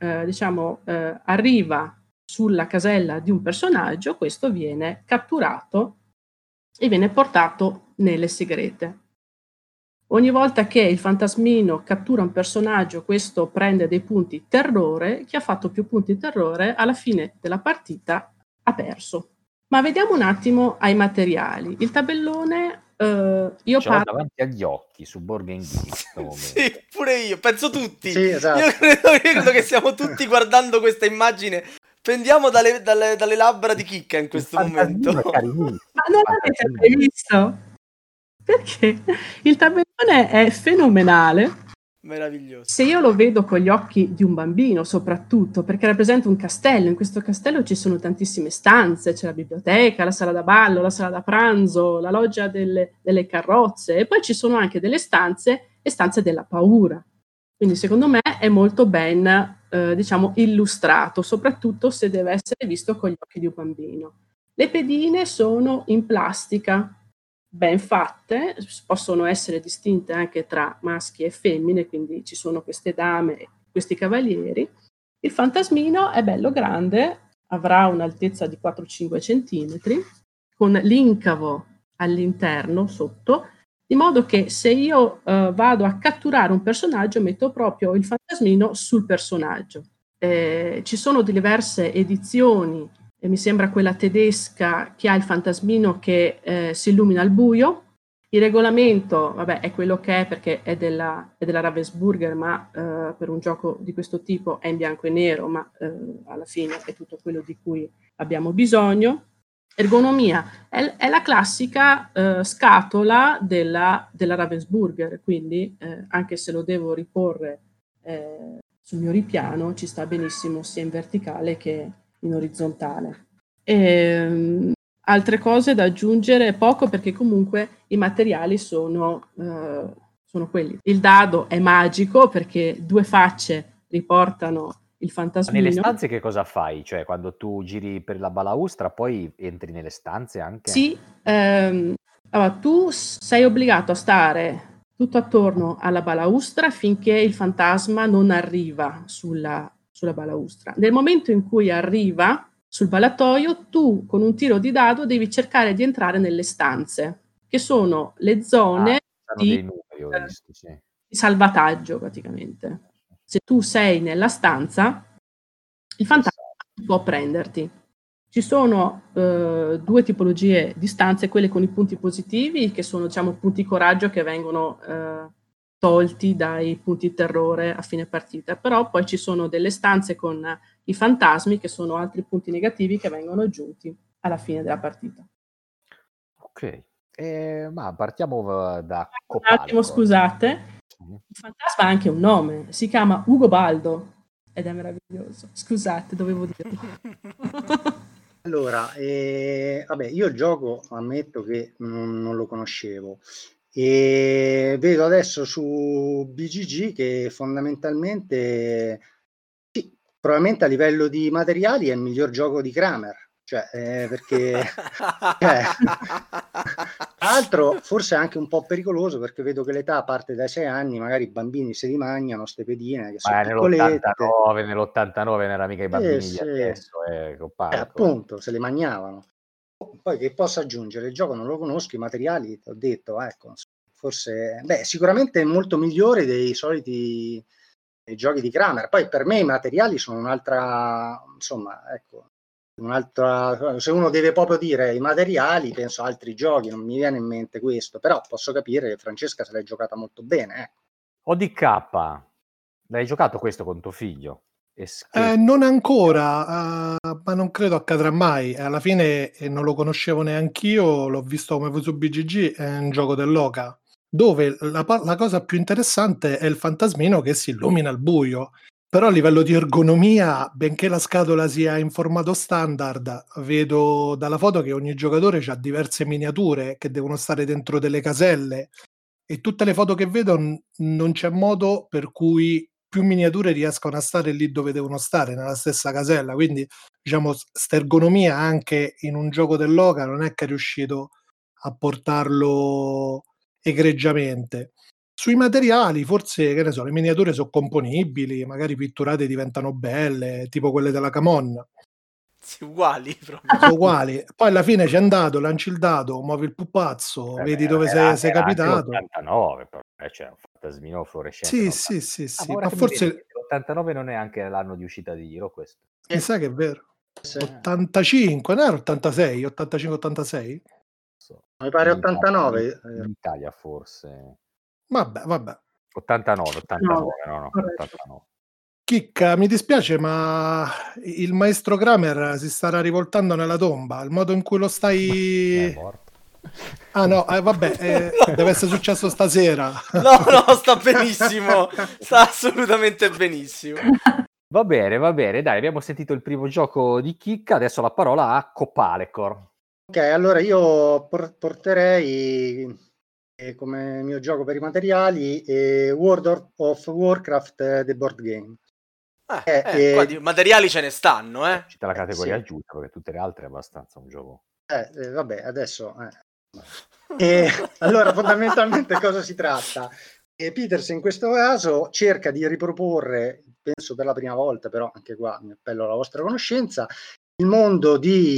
arriva sulla casella di un personaggio, questo viene catturato e viene portato nelle segrete. Ogni volta che il fantasmino cattura un personaggio, questo prende dei punti terrore. Chi ha fatto più punti terrore alla fine della partita ha perso. Ma vediamo un attimo ai materiali. Il tabellone io ce l'ho davanti agli occhi su Board Game Geek. Sì, pure io, penso tutti. Sì, esatto. Io credo che stiamo tutti guardando questa immagine. Pendiamo dalle labbra di Chicca in questo momento. Ma non l'avete mai visto? Perché il tabellone è fenomenale. Meraviglioso. Se io lo vedo con gli occhi di un bambino, soprattutto perché rappresenta un castello, in questo castello ci sono tantissime stanze, c'è la biblioteca, la sala da ballo, la sala da pranzo, la loggia delle carrozze e poi ci sono anche delle stanze e stanze della paura. Quindi secondo me è molto ben illustrato, soprattutto se deve essere visto con gli occhi di un bambino. Le pedine sono in plastica, ben fatte, possono essere distinte anche tra maschi e femmine, quindi ci sono queste dame e questi cavalieri. Il fantasmino è bello grande, avrà un'altezza di 4-5 centimetri, con l'incavo all'interno, sotto, di modo che se io vado a catturare un personaggio, metto proprio il fantasmino sul personaggio. Ci sono diverse edizioni, e mi sembra quella tedesca che ha il fantasmino che si illumina al buio. Il regolamento, vabbè, è quello che è perché è della Ravensburger, ma per un gioco di questo tipo è in bianco e nero, ma alla fine è tutto quello di cui abbiamo bisogno. Ergonomia è la classica scatola della Ravensburger, quindi anche se lo devo riporre sul mio ripiano ci sta benissimo sia in verticale che in orizzontale. Altre cose da aggiungere, poco, perché comunque i materiali sono quelli. Il dado è magico perché 2 facce riportano il Ma nelle fantasmino. stanze che cosa fai? Cioè, quando tu giri per la balaustra, poi entri nelle stanze anche? Sì, allora, tu sei obbligato a stare tutto attorno alla balaustra finché il fantasma non arriva sulla balaustra. Nel momento in cui arriva sul ballatoio, tu con un tiro di dado devi cercare di entrare nelle stanze, che sono le zone Hanno dei numeri, ho visto, sì. di salvataggio praticamente. Se tu sei nella stanza, il fantasma può prenderti. Ci sono 2 tipologie di stanze, quelle con i punti positivi, che sono, diciamo, punti coraggio che vengono tolti dai punti terrore a fine partita, però poi ci sono delle stanze con i fantasmi, che sono altri punti negativi che vengono aggiunti alla fine della partita. Ok, ma partiamo da Un Copalco. attimo, scusate, il fantasma ha anche un nome, si chiama Ugo Baldo ed è meraviglioso. Scusate, dovevo dirlo. Allora, vabbè, io il gioco ammetto che non lo conoscevo e vedo adesso su BGG che fondamentalmente, sì, probabilmente a livello di materiali è il miglior gioco di Kramer, cioè, perché tra l'altro forse è anche un po' pericoloso perché vedo che l'età parte dai 6 anni, magari i bambini se li mangiano ste pedine che sono piccolette. Nell'89 non era mica i bambini di Sì. adesso, Copalco. Appunto, se le mangiavano. Poi che posso aggiungere? Il gioco non lo conosco, i materiali, ti ho detto, ecco, forse, sicuramente è molto migliore dei soliti giochi di Kramer. Poi per me i materiali sono un'altra, insomma, ecco, un'altra, se uno deve proprio dire i materiali, penso a altri giochi, non mi viene in mente questo, però posso capire che Francesca se l'è giocata molto bene, ecco. ODK, l'hai giocato questo con tuo figlio? Non ancora, ma non credo accadrà mai. Alla fine non lo conoscevo neanch'io, l'ho visto come su BGG, è un gioco dell'Oca, dove la cosa più interessante è il fantasmino che si illumina al buio. Però a livello di ergonomia, benché la scatola sia in formato standard, vedo dalla foto che ogni giocatore ha diverse miniature che devono stare dentro delle caselle e tutte le foto che vedo non c'è modo per cui più miniature riescono a stare lì dove devono stare, nella stessa casella, quindi diciamo sta ergonomia anche in un gioco dell'Oca non è che è riuscito a portarlo egregiamente. Sui materiali forse, che ne so, le miniature sono componibili, magari pitturate diventano belle, tipo quelle della Camon. Sì, uguali proprio. Sono uguali. Poi alla fine c'è un dado, lanci il dado, muovi il pupazzo, vedi dove sei capitato. L'89, c'è un fantasmino fluorescente. Sì. Ma ora Ma che forse l'89 non è anche l'anno di uscita di Hero questo? mi sa che è vero. 85, non era 86, 85-86? Mi pare 89. In Italia forse. Vabbè. 89, no. 89. Chicca, mi dispiace, ma il maestro Kramer si starà rivoltando nella tomba. Il modo in cui lo stai... È morto. Ah no, vabbè, deve essere successo stasera. No, sta benissimo. Sta assolutamente benissimo. Va bene, dai, abbiamo sentito il primo gioco di Chicca, adesso la parola a Copalcor. Ok, allora io porterei come mio gioco per i materiali World of Warcraft The Board Game. Qua di materiali ce ne stanno, C'è la categoria sì. giusta, perché tutte le altre è abbastanza un gioco. Vabbè, adesso... allora, fondamentalmente cosa si tratta? Peters in questo caso cerca di riproporre, penso per la prima volta, però anche qua mi appello alla vostra conoscenza, il mondo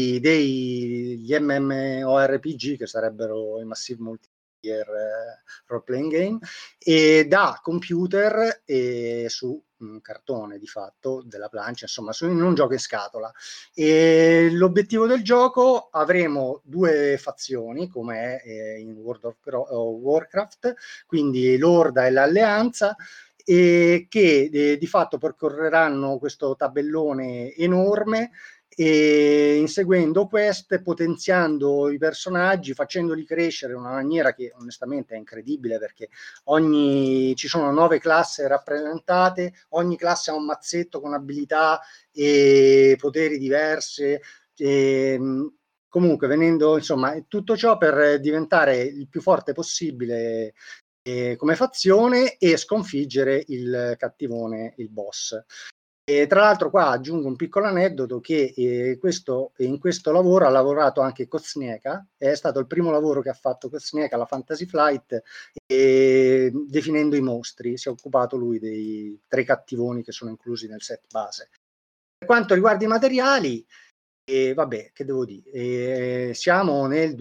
degli MMORPG, che sarebbero i Massive Multiplayer Role Playing Game, e da computer e su un cartone di fatto della plancia, insomma in un gioco in scatola. E l'obiettivo del gioco, avremo 2 fazioni come è in World of Warcraft, quindi l'Orda e l'Alleanza, e che di fatto percorreranno questo tabellone enorme e inseguendo queste, potenziando i personaggi, facendoli crescere in una maniera che onestamente è incredibile, perché ci sono 9 classi rappresentate, ogni classe ha un mazzetto con abilità e poteri diverse, comunque venendo, insomma, tutto ciò per diventare il più forte possibile come fazione e sconfiggere il cattivone, il boss. E tra l'altro qua aggiungo un piccolo aneddoto che in questo lavoro ha lavorato anche Kostnieka, è stato il primo lavoro che ha fatto Kostnieka alla Fantasy Flight, definendo i mostri, si è occupato lui dei 3 cattivoni che sono inclusi nel set base. Per quanto riguarda i materiali, vabbè, che devo dire, siamo nel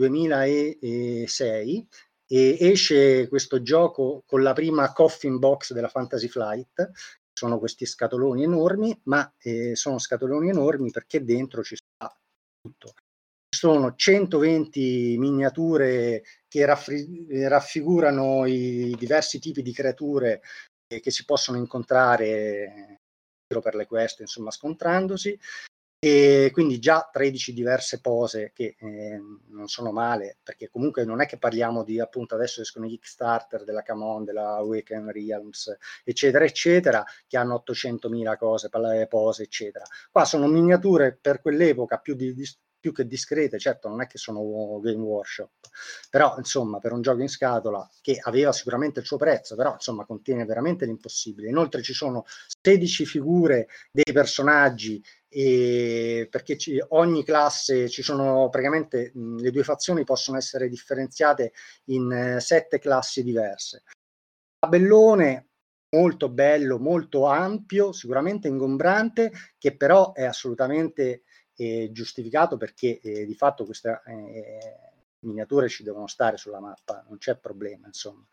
2006 e esce questo gioco con la prima coffin box della Fantasy Flight. Sono questi scatoloni enormi, ma sono scatoloni enormi perché dentro ci sta tutto. Ci sono 120 miniature che raffigurano i diversi tipi di creature che si possono incontrare per le quest, insomma, scontrandosi. E quindi già 13 diverse pose che non sono male, perché comunque non è che parliamo di, appunto, adesso escono i Kickstarter della Camon, della Awaken Realms, eccetera eccetera, che hanno 800.000 cose, pose eccetera. Qua sono miniature per quell'epoca più che discrete, certo non è che sono Game Workshop, però insomma per un gioco in scatola che aveva sicuramente il suo prezzo, però insomma contiene veramente l'impossibile. Inoltre ci sono 16 figure dei personaggi, perché ogni classe, ci sono praticamente le 2 fazioni possono essere differenziate in 7 classi diverse. Tabellone molto bello, molto ampio, sicuramente ingombrante, che però è assolutamente giustificato, perché di fatto queste miniature ci devono stare sulla mappa, non c'è problema, insomma.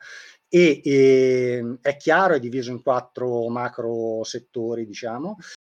E è chiaro, è diviso in 4 macro settori, diciamo.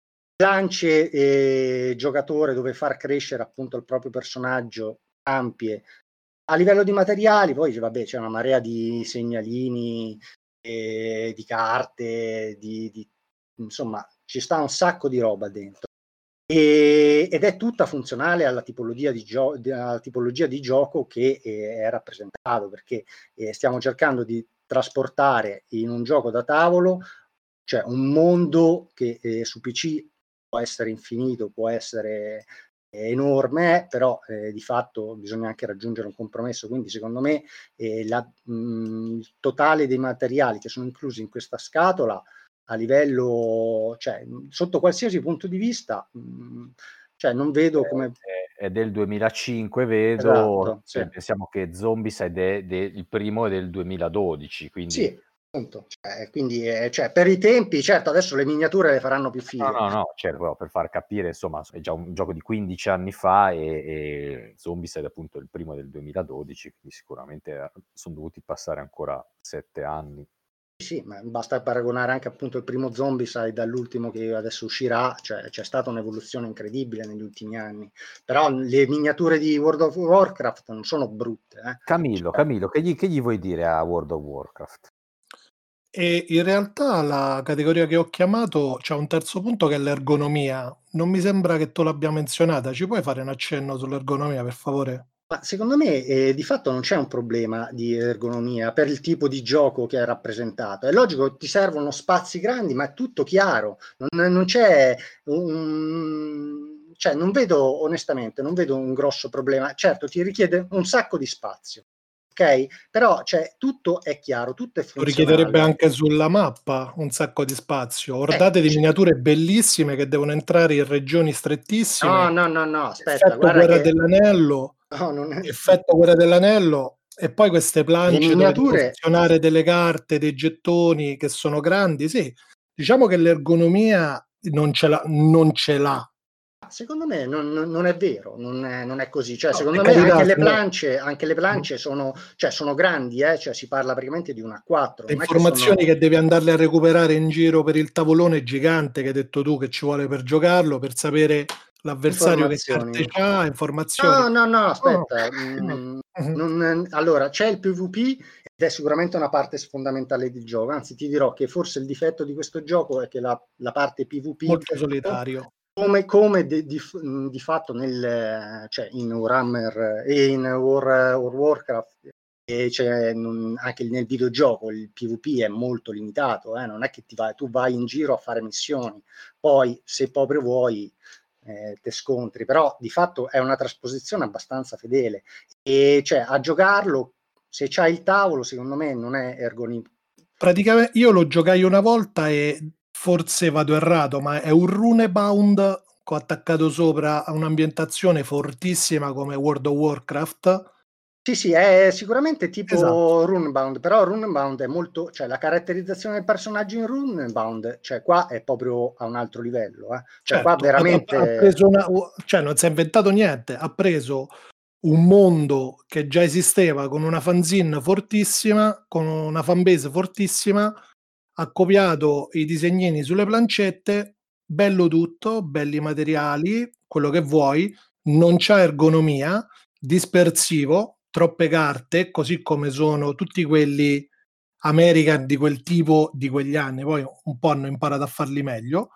Lance giocatore dove far crescere appunto il proprio personaggio ampie. A livello di materiali poi vabbè, c'è una marea di segnalini, di carte, insomma ci sta un sacco di roba dentro, ed è tutta funzionale alla tipologia di gioco che è rappresentato, perché stiamo cercando di trasportare in un gioco da tavolo, cioè un mondo che su PC può essere infinito, può essere enorme, però di fatto bisogna anche raggiungere un compromesso, quindi secondo me il totale dei materiali che sono inclusi in questa scatola, a livello, cioè sotto qualsiasi punto di vista, cioè non vedo come... È del 2005, vedo. Esatto, sì. Pensiamo che Zombicide il primo è del 2012, quindi... Sì, appunto. Quindi per i tempi, certo, adesso le miniature le faranno più fighe. No, certo, per far capire, insomma, è già un gioco di 15 anni fa e Zombicide appunto il primo del 2012, quindi sicuramente sono dovuti passare ancora 7 anni. Sì, ma basta paragonare anche appunto il primo Zombicide all'ultimo che adesso uscirà, cioè c'è stata un'evoluzione incredibile negli ultimi anni, però le miniature di World of Warcraft non sono brutte. Camillo, che gli vuoi dire a World of Warcraft? E in realtà la categoria che ho chiamato c'ha un terzo punto che è l'ergonomia. Non mi sembra che tu l'abbia menzionata. Ci puoi fare un accenno sull'ergonomia, per favore? Ma secondo me di fatto non c'è un problema di ergonomia per il tipo di gioco che è rappresentato. È logico che ti servono spazi grandi, ma è tutto chiaro. Non c'è cioè non vedo, onestamente, non vedo un grosso problema. Certo, ti richiede un sacco di spazio, ok? Però tutto è chiaro, tutto è Lo funzionale. richiederebbe anche sulla mappa un sacco di spazio. Ordate di miniature bellissime che devono entrare in regioni strettissime. No, aspetta, Effetto guarda Guerra che... dell'Anello. No, non è... Effetto Guerra dell'Anello. E poi queste planche dove miniature... devo posizionare delle carte, dei gettoni che sono grandi. Sì, diciamo che l'ergonomia non ce l'ha. Secondo me non è vero, non è così. Cioè, No, secondo me carità, anche le planche sono grandi, cioè si parla praticamente di una A4. Le informazioni che devi andarle a recuperare in giro per il tavolone gigante che hai detto tu che ci vuole per giocarlo, per sapere l'avversario che carte c'ha, informazioni. No, aspetta. Allora, c'è il PvP ed è sicuramente una parte fondamentale del gioco. Anzi, ti dirò che forse il difetto di questo gioco è che la parte PvP Molto solitario. come di fatto cioè in Warhammer e in Warcraft, e anche nel videogioco il PvP è molto limitato, non è che tu vai in giro a fare missioni, poi se proprio vuoi te scontri, però di fatto è una trasposizione abbastanza fedele, e cioè a giocarlo, se c'hai il tavolo, secondo me non è ergonimico. Praticamente io lo giocai una volta e forse vado errato, ma è un Runebound con attaccato sopra a un'ambientazione fortissima come World of Warcraft. Sì, è sicuramente tipo Esatto. Runebound, però Runebound è molto, cioè la caratterizzazione del personaggio in Runebound, cioè qua è proprio a un altro livello, cioè qua Certo, veramente ha preso cioè non si è inventato niente, ha preso un mondo che già esisteva con una fanzine fortissima, con una fanbase fortissima, ha copiato i disegnini sulle plancette, bello tutto, belli materiali, quello che vuoi, non c'ha ergonomia, dispersivo, troppe carte, così come sono tutti quelli American di quel tipo di quegli anni, poi un po' hanno imparato a farli meglio,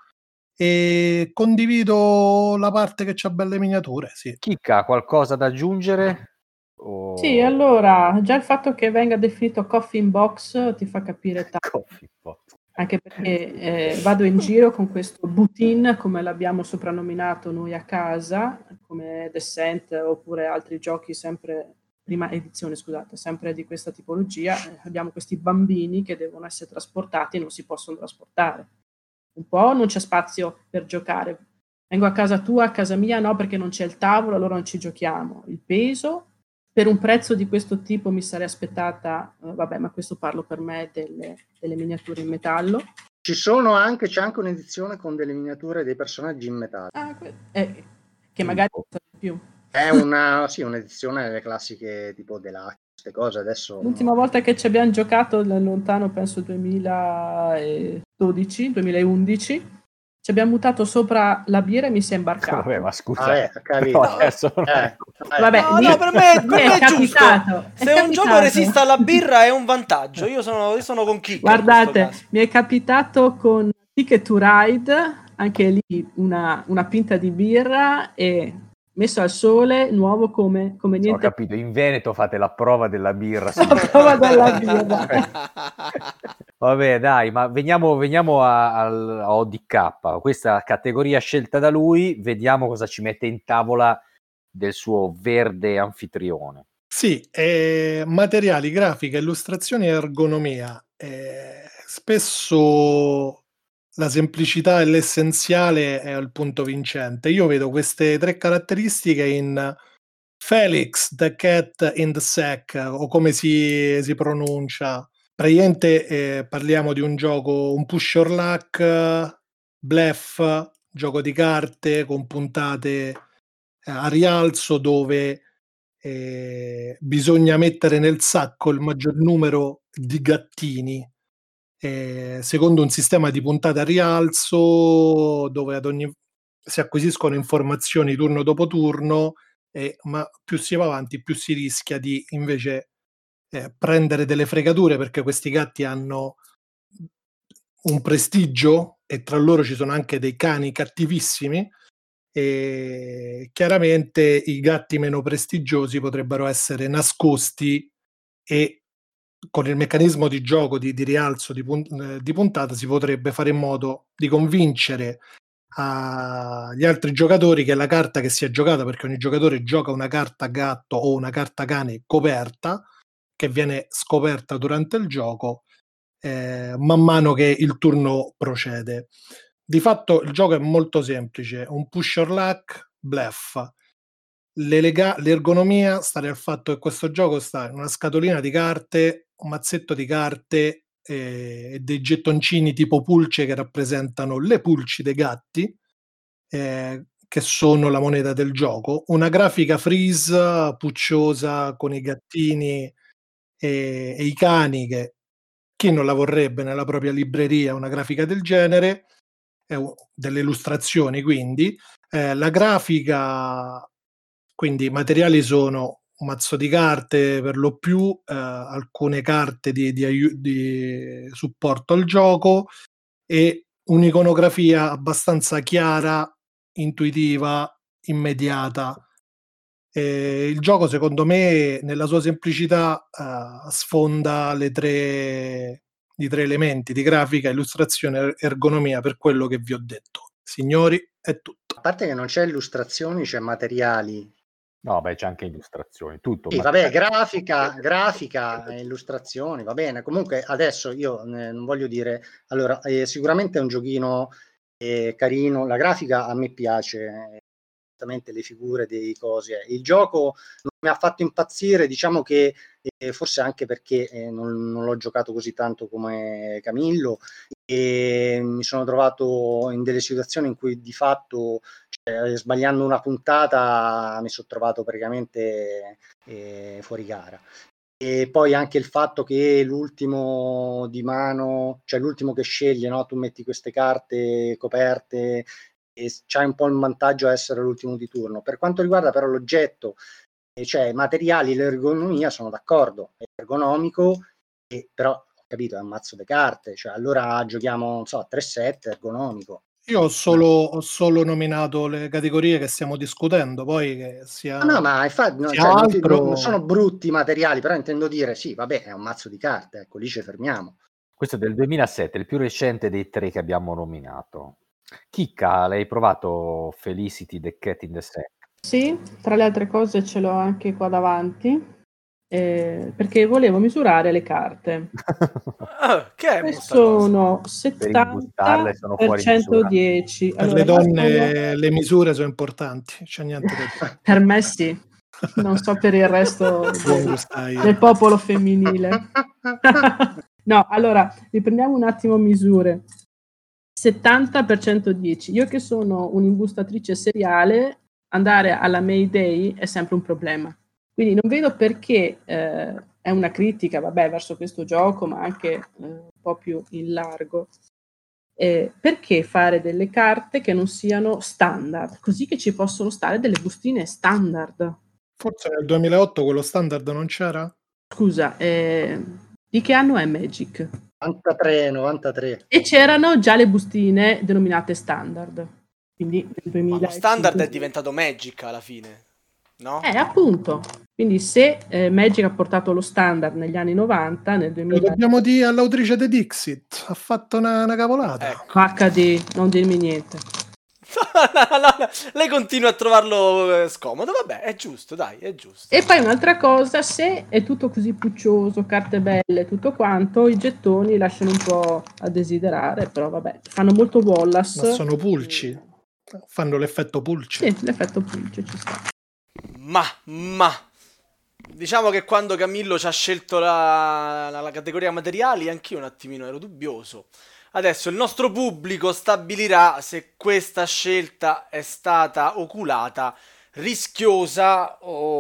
e condivido la parte che c'ha belle miniature, sì. Chicca, qualcosa da aggiungere? Sì, allora, già il fatto che venga definito Coffin Box ti fa capire tanto, Coffee pot. anche perché vado in giro con questo Butin, come l'abbiamo soprannominato noi a casa, come Descent oppure altri giochi sempre, prima edizione scusate, sempre di questa tipologia. Abbiamo questi bambini che devono essere trasportati e non si possono trasportare. Un po' non c'è spazio per giocare. Vengo a casa tua, a casa mia no, perché non c'è il tavolo, allora non ci giochiamo. Il peso, per un prezzo di questo tipo mi sarei aspettata, vabbè, ma questo parlo per me, delle miniature in metallo. c'è anche un'edizione con delle miniature dei personaggi in metallo. Che magari costano di più. È sì, un'edizione delle classiche tipo Deluxe, queste cose adesso. L'ultima volta che ci abbiamo giocato, lontano penso 2012, 2011, ci abbiamo buttato sopra la birra e mi si è imbarcato. Vabbè, ma scusa, capito. adesso Vabbè, No, per me è giusto. capitato. Se un gioco resiste alla birra è un vantaggio. Io sono con Chicca. Guardate, mi è capitato con Ticket to Ride, anche lì una pinta di birra e messo al sole, nuovo come niente. Ho capito, in Veneto fate la prova della birra. La prova della birra. Vabbè, dai, ma veniamo a ODK, questa categoria scelta da lui, vediamo cosa ci mette in tavola del suo verde anfitrione. Sì, materiali, grafica, illustrazioni e ergonomia. Spesso la semplicità e l'essenziale è il punto vincente. Io vedo queste tre caratteristiche in Felix, the Cat in the Sack, o come si pronuncia. Praticamente parliamo di un gioco, un push your luck, bluff, gioco di carte con puntate a rialzo dove bisogna mettere nel sacco il maggior numero di gattini secondo un sistema di puntate a rialzo dove si acquisiscono informazioni turno dopo turno, ma più si va avanti più si rischia di invece prendere delle fregature, perché questi gatti hanno un prestigio e tra loro ci sono anche dei cani cattivissimi, e chiaramente i gatti meno prestigiosi potrebbero essere nascosti e con il meccanismo di gioco di rialzo di puntata si potrebbe fare in modo di convincere agli altri giocatori che la carta che si è giocata, perché ogni giocatore gioca una carta gatto o una carta cane coperta che viene scoperta durante il gioco man mano che il turno procede. Di fatto il gioco è molto semplice, un push your luck, bluff. L'ergonomia sta nel fatto che questo gioco sta in una scatolina di carte, un mazzetto di carte e dei gettoncini tipo pulce che rappresentano le pulci dei gatti, che sono la moneta del gioco, una grafica freeze pucciosa con i gattini e i cani, che chi non la vorrebbe nella propria libreria una grafica del genere, delle illustrazioni quindi. La grafica, quindi i materiali sono un mazzo di carte per lo più, alcune carte di supporto al gioco e un'iconografia abbastanza chiara intuitiva, immediata. Il gioco, secondo me, nella sua semplicità, sfonda i tre elementi di grafica, illustrazione, ergonomia, per quello che vi ho detto. Signori, è tutto. A parte che non c'è illustrazioni, c'è materiali. No, beh, c'è anche illustrazioni, tutto. Sì, vabbè, grafica, illustrazioni, va bene. Comunque adesso io non voglio dire... Allora, sicuramente è un giochino carino, la grafica a me piace, le figure dei cosi. Il gioco non mi ha fatto impazzire, diciamo che forse anche perché non l'ho giocato così tanto come Camillo, e mi sono trovato in delle situazioni in cui di fatto, sbagliando una puntata, mi sono trovato praticamente fuori gara. E poi anche il fatto che l'ultimo di mano, cioè l'ultimo che sceglie, no? Tu metti queste carte coperte e c'hai un po' il vantaggio a essere l'ultimo di turno. Per quanto riguarda però l'oggetto, cioè materiali, l'ergonomia, sono d'accordo, è ergonomico, però ho capito, è un mazzo di carte, cioè allora giochiamo, non so, a 3-7 ergonomico. Io ho solo nominato le categorie che stiamo discutendo, poi che sia... No, ma infatti sia altro... non sono brutti i materiali, però intendo dire, sì, vabbè, è un mazzo di carte, ecco, lì ci fermiamo. Questo è del 2007, il più recente dei tre che abbiamo nominato. Chicca, l'hai provato Felicity the Cat in the Sack? Sì, tra le altre cose ce l'ho anche qua davanti, perché volevo misurare le carte. Che è Sono Per 70 imbustarle sono per fuori misura. 110. Per le donne le misure sono importanti, c'è niente da dire. Per me sì, non so per il resto del popolo femminile. No, allora, riprendiamo un attimo misure. 70 per 110. Io che sono un'imbustatrice seriale, andare alla Mayday è sempre un problema. Quindi non vedo perché, è una critica, vabbè, verso questo gioco, ma anche un po' più in largo. Perché fare delle carte che non siano standard, così che ci possono stare delle bustine standard? Forse nel 2008 quello standard non c'era? Scusa, di che anno è Magic? 93. E c'erano già le bustine denominate standard. Quindi nel 2000. Ma lo standard è diventato Magic alla fine, no? Appunto. Quindi se Magic ha portato lo standard negli anni 90, nel 2000... Lo dobbiamo dire all'autrice di Dixit, ha fatto una cavolata. Ecco. HD, non dirmi niente. No, lei continua a trovarlo scomodo, vabbè, è giusto, dai, è giusto. E poi un'altra cosa, se è tutto così puccioso, carte belle, tutto quanto, i gettoni lasciano un po' a desiderare, però vabbè, fanno molto Wallace. Ma sono pulci, fanno l'effetto pulce. Sì, l'effetto pulce ci sta. Ma diciamo che quando Camillo ci ha scelto la categoria materiali, anch'io un attimino ero dubbioso. Adesso il nostro pubblico stabilirà se questa scelta è stata oculata, rischiosa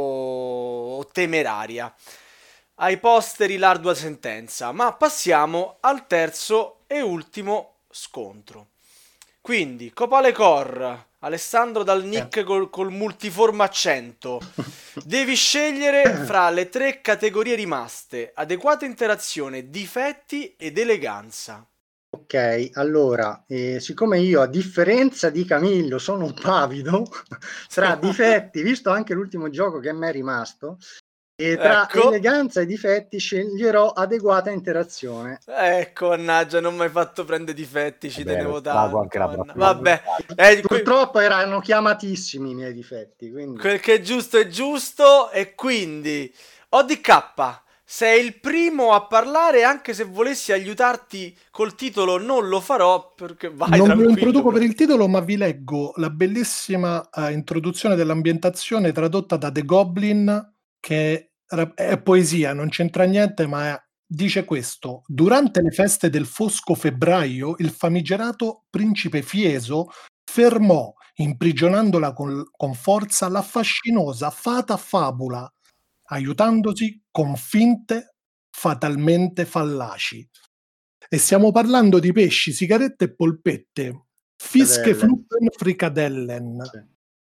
o temeraria. Ai posteri l'ardua sentenza, ma passiamo al terzo e ultimo scontro. Quindi, Copale Cor, Alessandro dal nick col multiforme accento. Devi scegliere fra le 3 categorie rimaste: adeguata interazione, difetti ed eleganza. Ok, allora, siccome io, a differenza di Camillo, sono un pavido, tra difetti, visto anche l'ultimo gioco che mi è rimasto, e tra eleganza e difetti sceglierò adeguata interazione. Ecco, mannaggia, non mi hai fatto prendere difetti, ci tenevo tanto. Anche la vabbè, purtroppo erano chiamatissimi i miei difetti. Quindi... Quel che è giusto, e quindi ODK, sei il primo a parlare, anche se volessi aiutarti col titolo non lo farò, perché vai non tranquillo. lo introduco per il titolo, ma vi leggo la bellissima introduzione dell'ambientazione tradotta da The Goblin, che è poesia, non c'entra niente, ma dice questo: durante le feste del fosco febbraio, il famigerato principe Fieso fermò, imprigionandola con forza, la fascinosa fata Fabula, aiutandosi con finte fatalmente fallaci. E stiamo parlando di pesci, sigarette e polpette, Fiske, Fluppen, Frikadellen. Sì.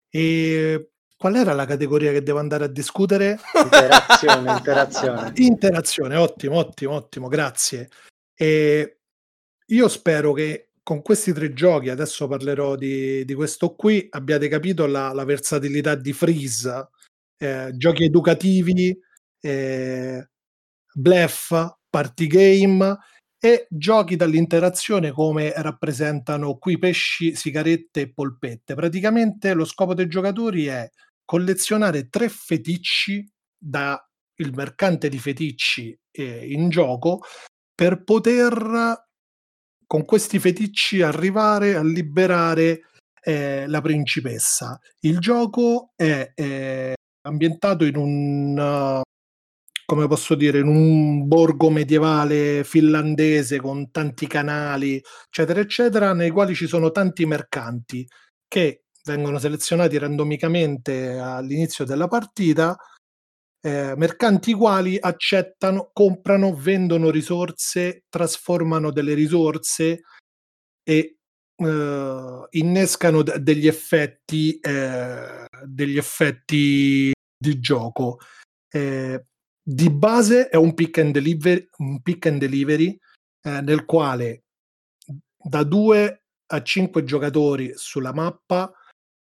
E qual era la categoria che devo andare a discutere? Interazione. Ottimo, grazie. E io spero che con questi 3 giochi, adesso parlerò di questo qui, abbiate capito la versatilità di Freeze, giochi educativi, bluff, party game e giochi dall'interazione come rappresentano qui pesci, sigarette e polpette. Praticamente lo scopo dei giocatori è collezionare 3 feticci da il mercante di feticci in gioco per poter con questi feticci arrivare a liberare la principessa. Il gioco è ambientato in un come posso dire, in un borgo medievale finlandese con tanti canali, eccetera, eccetera, nei quali ci sono tanti mercanti che vengono selezionati randomicamente all'inizio della partita, mercanti i quali accettano, comprano, vendono risorse, trasformano delle risorse e innescano degli effetti di gioco. Di base è un pick and delivery nel quale da 2 a 5 giocatori sulla mappa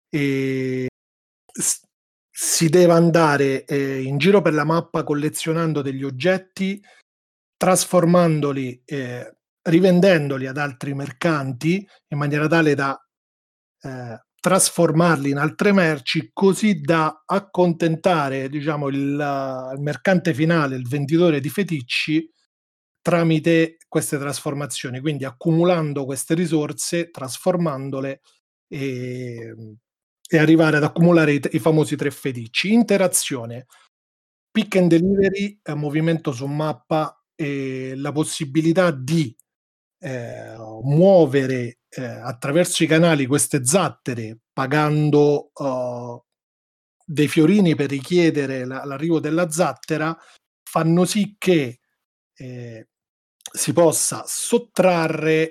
si deve andare in giro per la mappa collezionando degli oggetti, trasformandoli, rivendendoli ad altri mercanti in maniera tale da trasformarli in altre merci, così da accontentare, diciamo, il mercante finale, il venditore di feticci, tramite queste trasformazioni, quindi accumulando queste risorse, trasformandole e arrivare ad accumulare i famosi 3 feticci. Interazione, pick and delivery, movimento su mappa e la possibilità di muovere attraverso i canali queste zattere pagando dei fiorini per richiedere l'arrivo della zattera, fanno sì che si possa sottrarre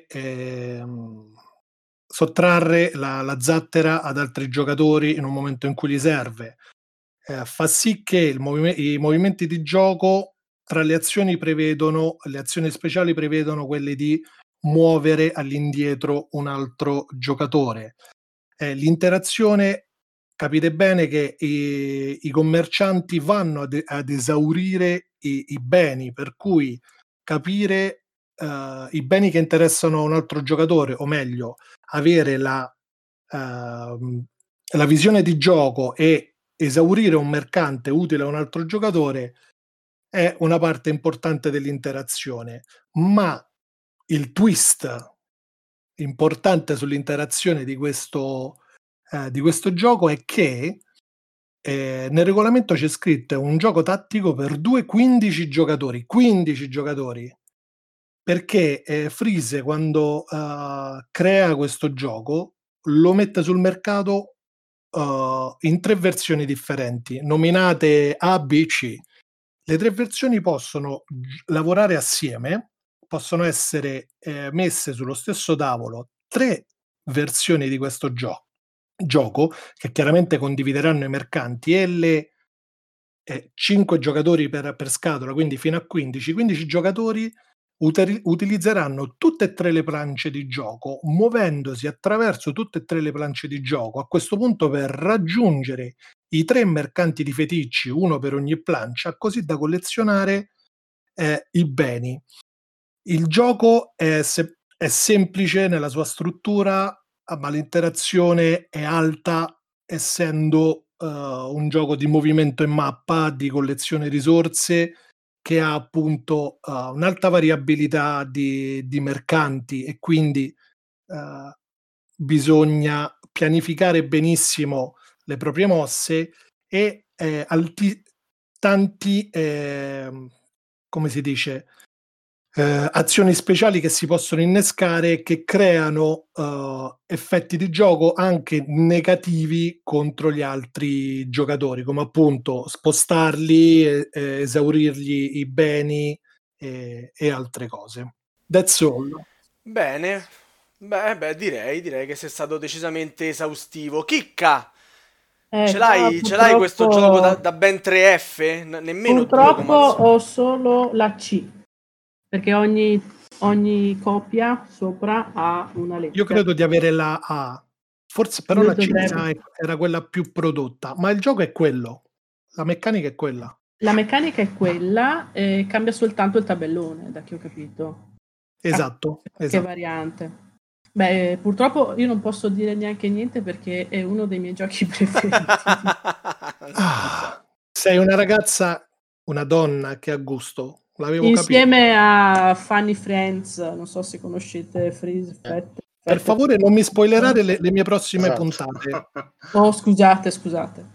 la zattera ad altri giocatori in un momento in cui gli serve. Fa sì che i movimenti di gioco tra le azioni speciali prevedono quelle di muovere all'indietro un altro giocatore. L'interazione, capite bene che i commercianti vanno ad esaurire i beni, per cui capire i beni che interessano a un altro giocatore, o meglio, avere la visione di gioco e esaurire un mercante utile a un altro giocatore è una parte importante dell'interazione, ma il twist importante sull'interazione di questo gioco è che nel regolamento c'è scritto è un gioco tattico per 15 giocatori, perché Freeze quando crea questo gioco lo mette sul mercato in 3 versioni differenti, nominate A, B, C. Le 3 versioni possono lavorare assieme, possono essere messe sullo stesso tavolo 3 versioni di questo gioco che chiaramente condivideranno i mercanti e le 5 giocatori per scatola, quindi fino a 15 giocatori utilizzeranno tutte e 3 le planche di gioco, muovendosi attraverso tutte e 3 le planche di gioco, a questo punto per raggiungere i 3 mercanti di feticci, uno per ogni plancia, così da collezionare i beni. Il gioco è semplice nella sua struttura, ma l'interazione è alta, essendo un gioco di movimento in mappa, di collezione risorse, che ha appunto un'alta variabilità di mercanti e quindi bisogna pianificare benissimo le proprie mosse e tanti come si dice azioni speciali che si possono innescare e che creano effetti di gioco anche negativi contro gli altri giocatori, come appunto spostarli, esaurirgli i beni e altre cose. That's all. Bene. Beh, direi che sei stato decisamente esaustivo. Chicca! Ce l'hai questo gioco da ben 3F? Nemmeno 2, purtroppo ho solo la C, perché ogni Ogni copia sopra ha una lettera. Io credo di avere la A, forse però Io la C dovrebbe- era quella più prodotta, ma il gioco è quello, la meccanica è quella. La meccanica è quella, cambia soltanto il tabellone, da che ho capito. Esatto, Che esatto. variante. Beh, purtroppo io non posso dire neanche niente perché è uno dei miei giochi preferiti. Ah, sei una ragazza, una donna che ha gusto, l'avevo capito. Insieme a Funny Friends, non so se conoscete Freeze, Per favore non mi spoilerare le mie prossime Esatto. puntate. Oh, scusate.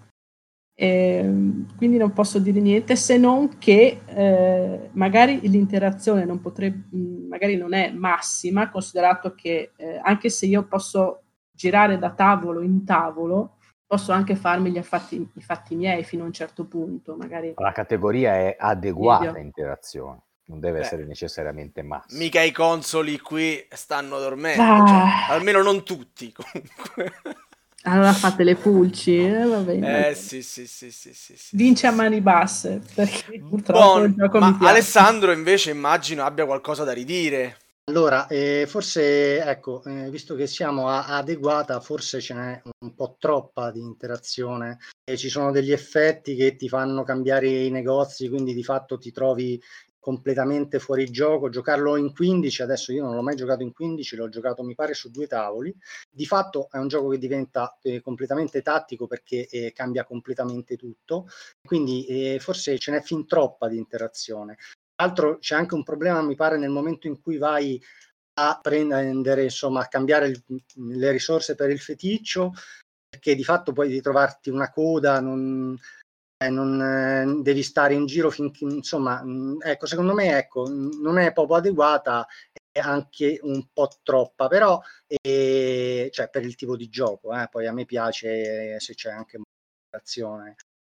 Quindi non posso dire niente se non che magari l'interazione non potrebbe, magari non è massima, considerato che anche se io posso girare da tavolo in tavolo, posso anche farmi i fatti miei fino a un certo punto, magari. La categoria è adeguata Video. interazione, non deve Beh, essere necessariamente massima. Mica i consoli qui stanno dormendo, Ah. cioè, almeno non tutti comunque. Allora fate le pulci, va bene. Sì. Vince a mani basse, perché purtroppo Buono, il gioco ma mi piace. Alessandro invece immagino abbia qualcosa da ridire. Allora, forse, ecco, visto che siamo a adeguata, forse ce n'è un po' troppa di interazione e ci sono degli effetti che ti fanno cambiare i negozi, quindi di fatto ti trovi completamente fuori gioco. Giocarlo in 15, adesso io non l'ho mai giocato in 15, l'ho giocato mi pare su 2 tavoli. Di fatto è un gioco che diventa completamente tattico perché cambia completamente tutto, quindi forse ce n'è fin troppa di interazione. Tra l'altro c'è anche un problema, mi pare, nel momento in cui vai a prendere, insomma, a cambiare le risorse per il feticcio, perché di fatto puoi ritrovarti una coda, non devi stare in giro finché, insomma, ecco, secondo me, ecco, non è proprio adeguata, è anche un po' troppa, però cioè per il tipo di gioco, poi a me piace se c'è anche moderazione.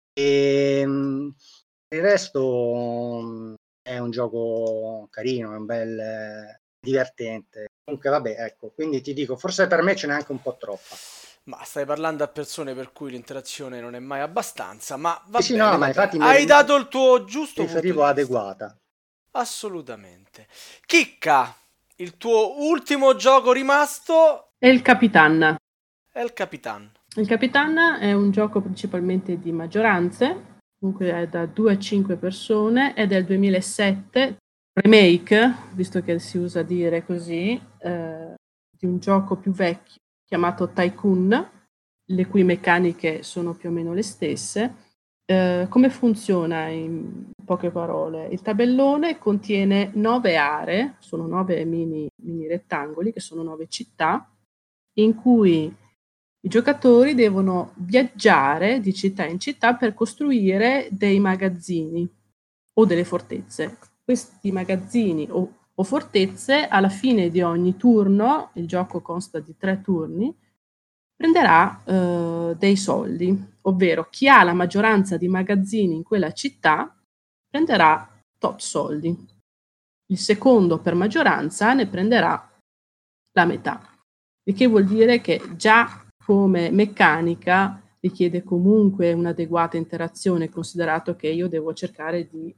Il resto è un gioco carino, è un bel divertente. Comunque vabbè, ecco, quindi ti dico, forse per me ce n'è anche un po' troppa. Ma stai parlando a persone per cui l'interazione non è mai abbastanza, ma va Sì, bene, no, va ma bene. infatti Hai dato il tuo giusto punto di riferivo vista. adeguata. Assolutamente. Chicca, il tuo ultimo gioco rimasto E il Capitan. è il Capitan. Il Capitan è un gioco principalmente di maggioranze, comunque è da 2 a 5 persone, è del 2007, remake, visto che si usa dire così, di un gioco più vecchio chiamato Tycoon, le cui meccaniche sono più o meno le stesse. Come funziona in poche parole? Il tabellone contiene 9 aree, sono 9 mini rettangoli, che sono 9 città, in cui i giocatori devono viaggiare di città in città per costruire dei magazzini o delle fortezze. Questi magazzini o fortezze, alla fine di ogni turno, il gioco consta di 3 turni, prenderà dei soldi, ovvero chi ha la maggioranza di magazzini in quella città prenderà tot soldi. Il secondo per maggioranza ne prenderà la metà, il che vuol dire che già come meccanica richiede comunque un'adeguata interazione, considerato che io devo cercare di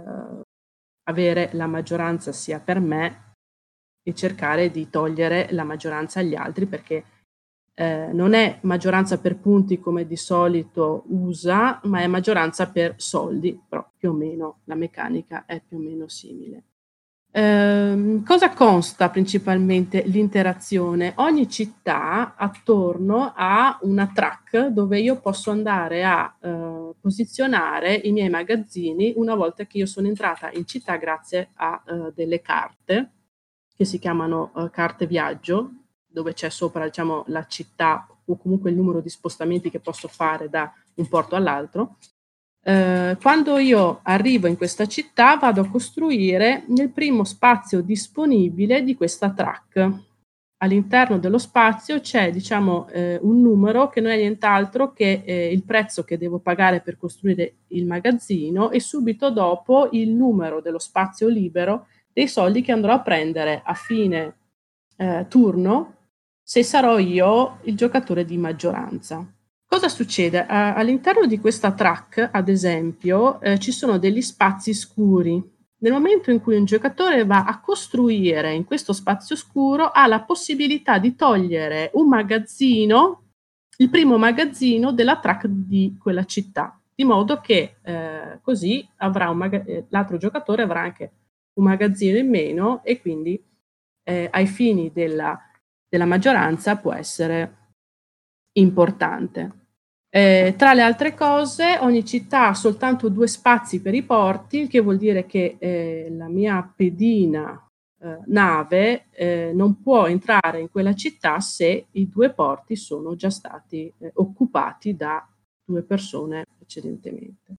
avere la maggioranza sia per me e cercare di togliere la maggioranza agli altri, perché non è maggioranza per punti come di solito usa, ma è maggioranza per soldi, però più o meno la meccanica è più o meno simile. Cosa consta principalmente l'interazione? Ogni città attorno ha una track dove io posso andare a posizionare i miei magazzini una volta che io sono entrata in città grazie a delle carte che si chiamano carte viaggio, dove c'è sopra, diciamo, la città o comunque il numero di spostamenti che posso fare da un porto all'altro. Quando io arrivo in questa città vado a costruire nel primo spazio disponibile di questa track. All'interno dello spazio c'è, diciamo, un numero che non è nient'altro che il prezzo che devo pagare per costruire il magazzino e subito dopo il numero dello spazio libero dei soldi che andrò a prendere a fine turno se sarò io il giocatore di maggioranza. Cosa succede? All'interno di questa track, ad esempio, ci sono degli spazi scuri Nel momento in cui un giocatore va a costruire in questo spazio oscuro, ha la possibilità di togliere un magazzino, il primo magazzino della track di quella città, di modo che così avrà l'altro giocatore avrà anche un magazzino in meno e quindi ai fini della maggioranza può essere importante. Tra le altre cose, ogni città ha soltanto 2 spazi per i porti, il che vuol dire che la mia pedina nave non può entrare in quella città se i 2 porti sono già stati occupati da 2 persone precedentemente.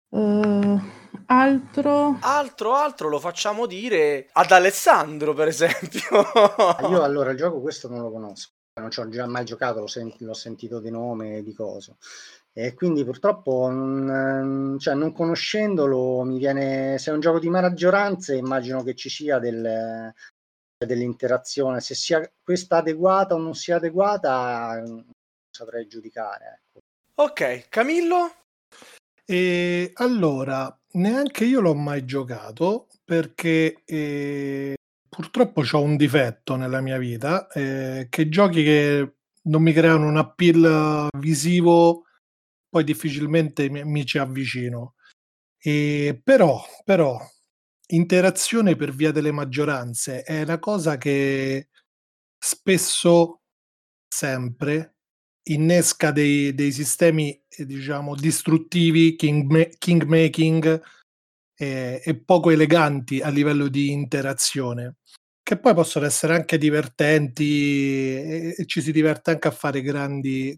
Altro lo facciamo dire ad Alessandro, per esempio. Io allora il gioco questo non lo conosco, non ci ho già mai giocato, l'ho sentito di nome e di coso. E quindi purtroppo non conoscendolo mi viene, se è un gioco di maggioranze immagino che ci sia dell'interazione, se sia questa adeguata o non sia adeguata non saprei giudicare, ecco. Ok, Camillo? E allora, neanche io l'ho mai giocato perché purtroppo ho un difetto nella mia vita, che giochi che non mi creano un appeal visivo, poi difficilmente mi ci avvicino. Però, interazione per via delle maggioranze è una cosa che spesso, sempre, innesca dei sistemi, diciamo, distruttivi, kingmaking e poco eleganti a livello di interazione, che poi possono essere anche divertenti e ci si diverte anche a fare grandi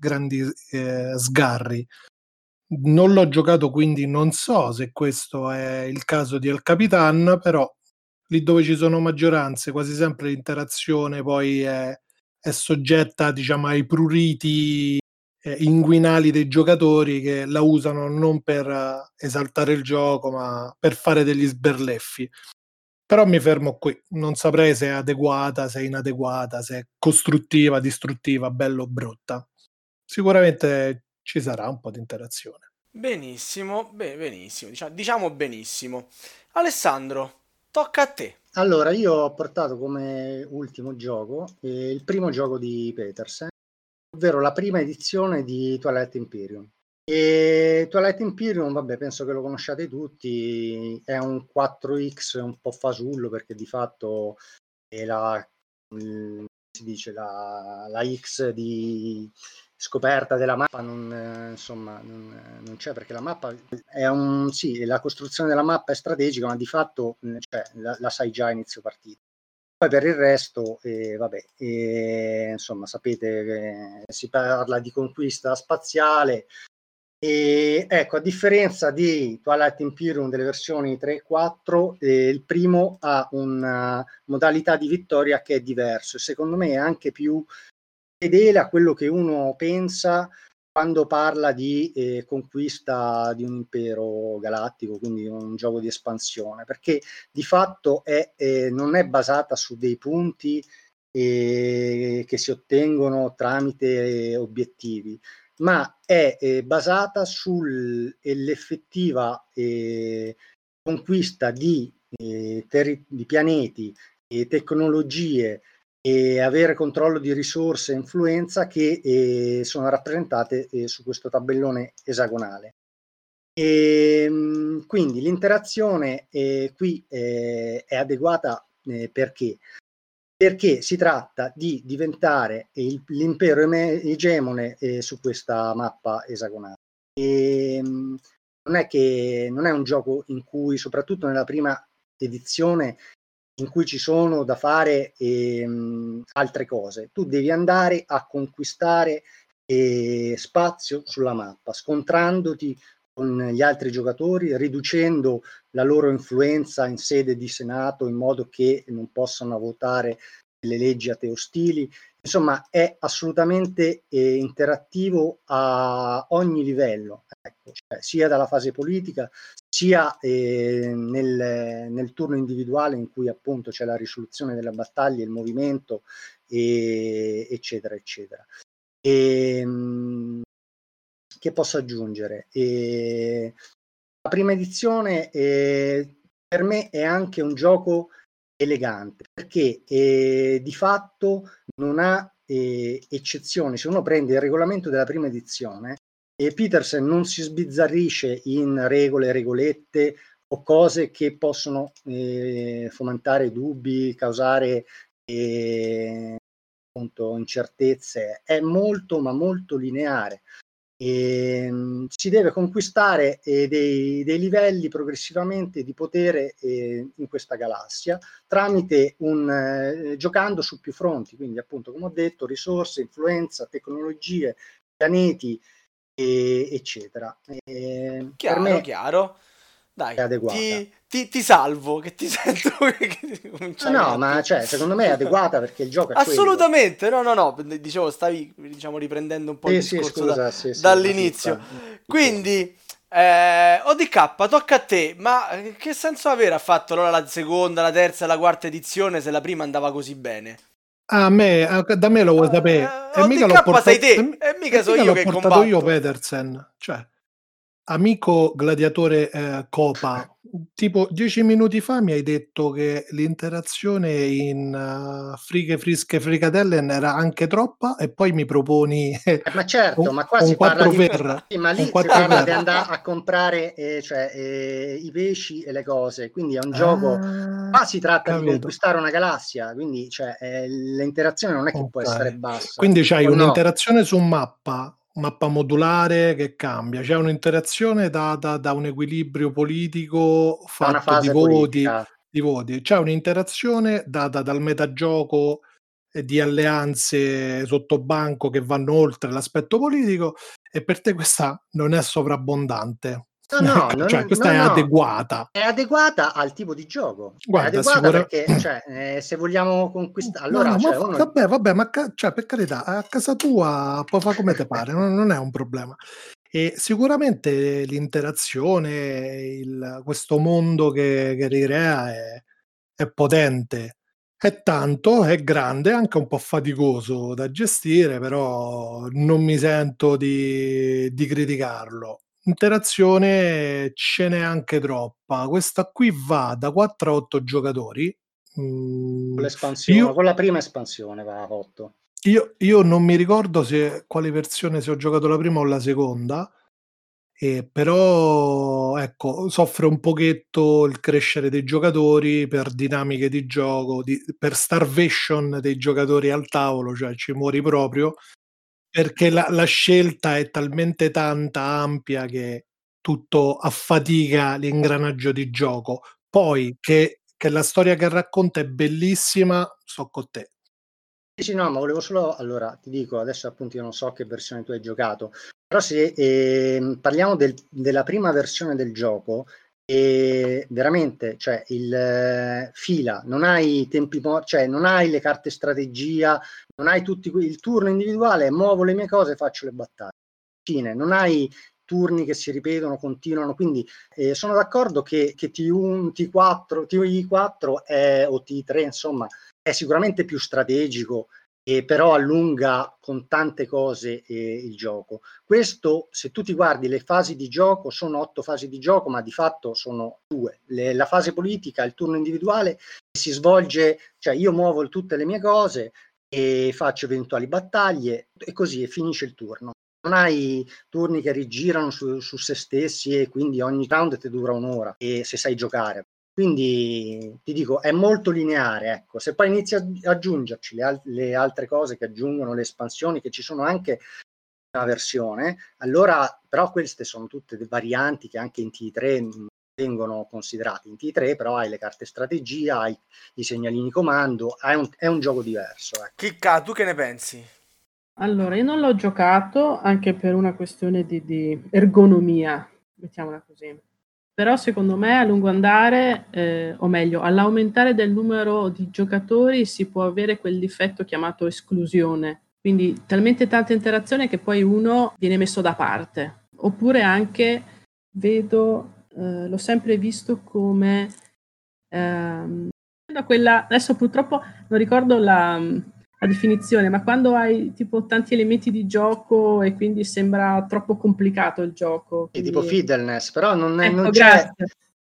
sgarri. Non l'ho giocato, quindi non so se questo è il caso di El Capitan, però lì dove ci sono maggioranze, quasi sempre l'interazione poi è soggetta, diciamo, ai pruriti inguinali dei giocatori che la usano non per esaltare il gioco, ma per fare degli sberleffi. Però mi fermo qui, non saprei se è adeguata, se è inadeguata, se è costruttiva, distruttiva, bella o brutta. Sicuramente ci sarà un po' di interazione. Benissimo, benissimo, diciamo benissimo. Alessandro, tocca a te. Allora, io ho portato come ultimo gioco il primo gioco di Petersen, ovvero la prima edizione di Twilight Imperium. E Twilight Imperium, vabbè, penso che lo conosciate tutti, è un 4X un po' fasullo perché di fatto è la X di scoperta della mappa non c'è, perché la mappa è la costruzione della mappa è strategica, ma di fatto la sai già a inizio partita. Poi per il resto, insomma, sapete che si parla di conquista spaziale. E ecco, a differenza di Twilight Imperium delle versioni 3 e 4, il primo ha una modalità di vittoria che è diverso e secondo me è anche più fedele a quello che uno pensa quando parla di conquista di un impero galattico, quindi un gioco di espansione, perché di fatto non è basata su dei punti che si ottengono tramite obiettivi, ma è basata sull'effettiva conquista di pianeti e tecnologie e avere controllo di risorse e influenza che sono rappresentate su questo tabellone esagonale. Quindi l'interazione qui è adeguata perché si tratta di diventare l'impero egemone su questa mappa esagonale. Non è un gioco in cui, soprattutto nella prima edizione, in cui ci sono da fare altre cose. Tu devi andare a conquistare spazio sulla mappa, scontrandoti con gli altri giocatori, riducendo la loro influenza in sede di Senato in modo che non possano votare le leggi a te ostili. Insomma, è assolutamente interattivo a ogni livello, ecco, cioè, sia dalla fase politica sia nel turno individuale in cui appunto c'è la risoluzione della battaglia, il movimento, eccetera, eccetera. Che posso aggiungere? La prima edizione per me è anche un gioco elegante, perché di fatto non ha eccezioni. Se uno prende il regolamento della prima edizione, Petersen non si sbizzarrisce in regolette o cose che possono fomentare dubbi, causare appunto incertezze. È molto ma molto lineare. Si deve conquistare dei livelli progressivamente di potere in questa galassia tramite giocando su più fronti, quindi appunto come ho detto risorse, influenza, tecnologie, pianeti eccetera. Chiaro, per me chiaro. Dai, è adeguata. ti salvo, che ti sento che cominciavi No, ma cioè, secondo me è adeguata perché il gioco è assolutamente, no, dicevo, stavi diciamo riprendendo un po' il discorso dall'inizio. Quindi ODK, tocca a te, ma che senso avere fatto allora la seconda, la terza e la quarta edizione se la prima andava così bene? Da me lo vuoi sapere? ODK mica l'ho portato, sei te, e mica so io che combatto. Io Petersen, cioè amico gladiatore Copa, tipo 10 minuti fa mi hai detto che l'interazione in Frighe Frische Fricadellen era anche troppa e poi mi proponi ma certo, ma qua si parla di ma lì si parla di andare a comprare i pesci e le cose, quindi è un gioco, qua si tratta di conquistare una galassia, quindi l'interazione non è che può essere bassa. Quindi c'hai un'interazione su mappa modulare che cambia, c'è un'interazione da un equilibrio politico fatto di voti, c'è un'interazione dal metagioco di alleanze sottobanco che vanno oltre l'aspetto politico, e per te questa non è sovrabbondante. Questa è adeguata. È adeguata al tipo di gioco. Guarda, è adeguata perché se vogliamo conquistare, allora vabbè, ma per carità, a casa tua puoi fare come te pare, non è un problema. E sicuramente l'interazione, questo mondo che ricrea è potente, è tanto, è grande, è anche un po' faticoso da gestire, però non mi sento di criticarlo. Interazione ce n'è anche troppa. Questa qui va da 4 a 8 giocatori. Con l'espansione, con la prima espansione va a 8. Io non mi ricordo quale versione, se ho giocato la prima o la seconda, però ecco, soffre un pochetto il crescere dei giocatori per dinamiche di gioco, per starvation dei giocatori al tavolo, cioè ci muori proprio, perché la scelta è talmente tanta, ampia, che tutto affatica l'ingranaggio di gioco. Poi che la storia che racconta è bellissima, so con te. Sì, no, ma volevo solo, allora ti dico, adesso appunto io non so che versione tu hai giocato, però se parliamo della prima versione del gioco, veramente, cioè fila, non hai tempi, cioè non hai le carte strategia, non hai il turno individuale, muovo le mie cose, faccio le battaglie. Fine, non hai turni che si ripetono, continuano, quindi sono d'accordo che T1, T4, TI4 o T3, insomma, è sicuramente più strategico, però allunga con tante cose il gioco. Questo, se tu ti guardi le fasi di gioco, sono 8 fasi di gioco, ma di fatto sono 2. La fase politica, il turno individuale, si svolge, cioè io muovo tutte le mie cose e faccio eventuali battaglie e così, e finisce il turno. Non hai turni che rigirano su se stessi e quindi ogni round ti dura un'ora, e se sai giocare. Quindi ti dico, è molto lineare, ecco. Se poi inizi ad aggiungerci le altre cose che aggiungono le espansioni, che ci sono anche una versione, allora però queste sono tutte varianti che anche in T3 vengono considerate. In T3 però hai le carte strategia, hai i segnalini comando, è un gioco diverso, ecco. Chicca, tu che ne pensi? Allora, io non l'ho giocato anche per una questione di ergonomia, mettiamola così. Però secondo me a lungo andare, o meglio, all'aumentare del numero di giocatori si può avere quel difetto chiamato esclusione. Quindi talmente tanta interazione che poi uno viene messo da parte. Oppure anche l'ho sempre visto come quella, adesso purtroppo non ricordo la definizione, ma quando hai tipo tanti elementi di gioco e quindi sembra troppo complicato il gioco. Quindi... Tipo fiddleness, però non ecco, c'è,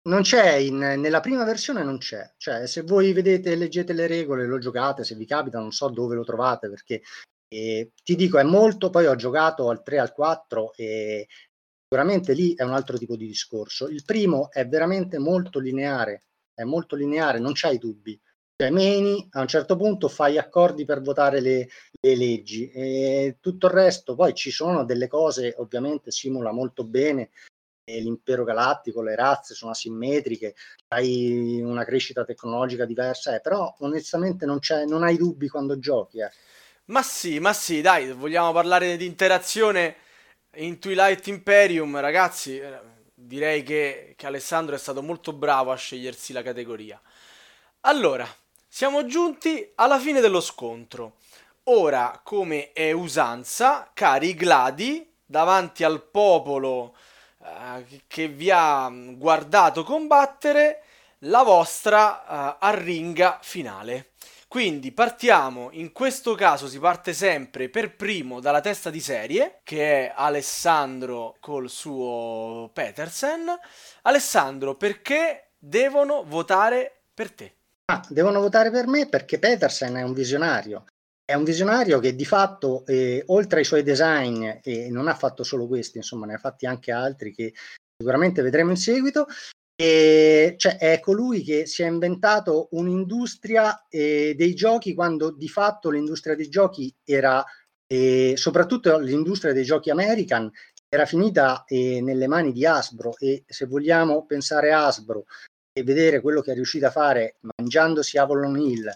Non c'è, nella prima versione non c'è. Cioè, se voi vedete, leggete le regole, lo giocate, se vi capita, non so dove lo trovate, perché ti dico, è molto, poi ho giocato al 3 al 4 e sicuramente lì è un altro tipo di discorso. Il primo è veramente molto lineare, non c'hai dubbi. Cioè, meni, a un certo punto fai accordi per votare le leggi e tutto il resto, poi ci sono delle cose, ovviamente simula molto bene l'impero galattico, le razze sono asimmetriche, hai una crescita tecnologica diversa, però onestamente non hai dubbi quando giochi. Ma sì, dai, vogliamo parlare di interazione in Twilight Imperium, ragazzi. Direi che Alessandro è stato molto bravo a scegliersi la categoria. Allora, siamo giunti alla fine dello scontro. Ora, come è usanza, cari gladi, davanti al popolo che vi ha guardato combattere, la vostra arringa finale. Quindi partiamo, in questo caso si parte sempre per primo dalla testa di serie, che è Alessandro col suo Petersen. Alessandro, perché devono votare per te? Devono votare per me perché Petersen è un visionario. È un visionario che di fatto, oltre ai suoi design, e non ha fatto solo questi, insomma, ne ha fatti anche altri che sicuramente vedremo in seguito. E cioè, è colui che si è inventato un'industria dei giochi quando di fatto l'industria dei giochi era, soprattutto l'industria dei giochi American, era finita nelle mani di Hasbro. E se vogliamo pensare a Hasbro e vedere quello che è riuscito a fare mangiandosi Avalon Hill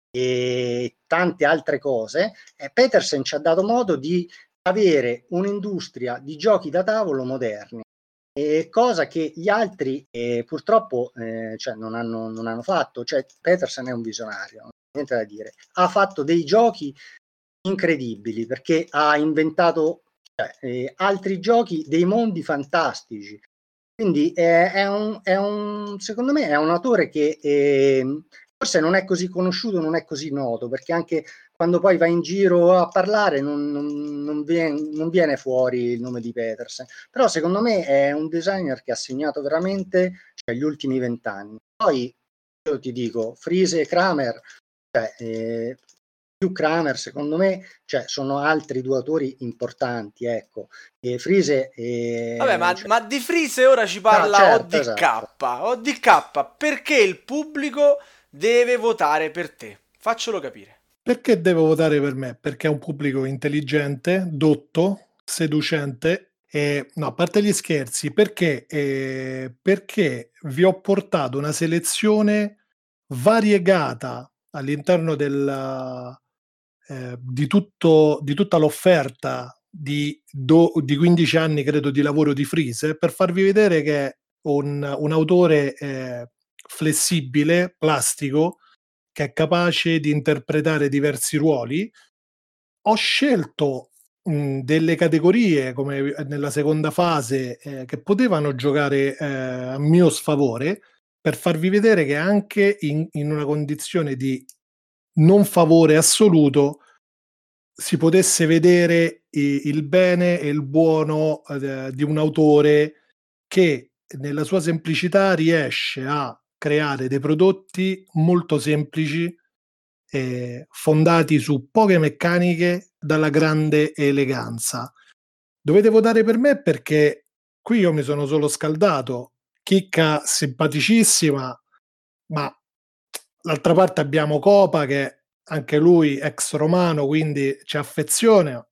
e tante altre cose, Petersen ci ha dato modo di avere un'industria di giochi da tavolo moderni, cosa che gli altri purtroppo cioè non hanno fatto. Cioè, Petersen è un visionario, niente da dire. Ha fatto dei giochi incredibili perché ha inventato altri giochi, dei mondi fantastici. Quindi secondo me è un autore che forse non è così conosciuto, non è così noto, perché anche quando poi va in giro a parlare non viene fuori il nome di Petersen. Però secondo me è un designer che ha segnato veramente gli ultimi 20 anni. Poi io ti dico, Friese e Kramer, più Kramer secondo me, sono altri due autori importanti, ecco. Friese Vabbè, ma di Friese ora ci parla certo, ODK. esatto. ODK, perché il pubblico deve votare per te? Faccelo capire. Perché devo votare per me? Perché è un pubblico intelligente, dotto, seducente. No, a parte gli scherzi, perché vi ho portato una selezione variegata all'interno di tutta l'offerta di 15 anni, credo, di lavoro di Friese, per farvi vedere che è un autore flessibile, plastico, che è capace di interpretare diversi ruoli. Ho scelto delle categorie, come nella seconda fase, che potevano giocare a mio sfavore, per farvi vedere che anche in una condizione di non favore assoluto si potesse vedere il bene e il buono di un autore che nella sua semplicità riesce a creare dei prodotti molto semplici, fondati su poche meccaniche dalla grande eleganza. Dovete votare per me perché qui io mi sono solo scaldato. Chicca simpaticissima, ma l'altra parte abbiamo Copa che anche lui ex romano, quindi c'è affezione.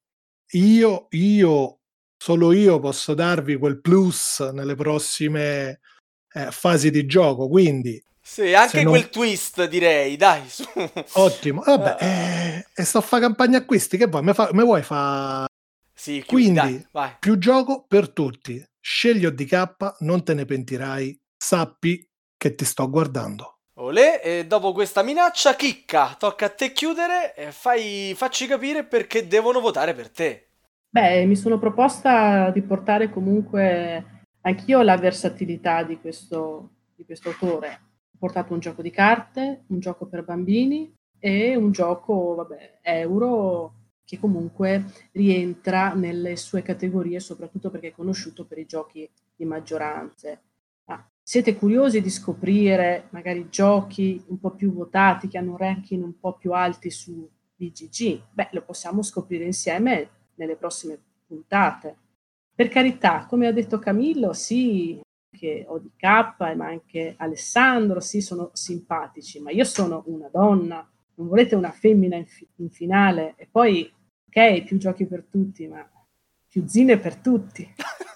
Solo io posso darvi quel plus nelle prossime fasi di gioco, quindi Sì, anche non... quel twist, direi, dai, su. Ottimo, vabbè, e sto a fare campagna acquisti, che vuoi? Me vuoi fa... Sì, chiudi, dai, Quindi, vai. più gioco per tutti. Scegli ODK, non te ne pentirai, sappi che ti sto guardando. Olè, e dopo questa minaccia, Chicca, tocca a te chiudere e facci capire perché devono votare per te. Beh, mi sono proposta di portare comunque anch'io la versatilità di questo autore. Ho portato un gioco di carte, un gioco per bambini e un gioco, euro, che comunque rientra nelle sue categorie, soprattutto perché è conosciuto per i giochi di maggioranze. siete curiosi di scoprire magari giochi un po' più votati, che hanno ranking un po' più alti su BGG, lo possiamo scoprire insieme nelle prossime puntate. Per carità, come ha detto Camillo, sì, anche ODK, ma anche Alessandro, sì, sono simpatici, ma io sono una donna, non volete una femmina in finale? E poi, ok, più giochi per tutti, ma più zine per tutti.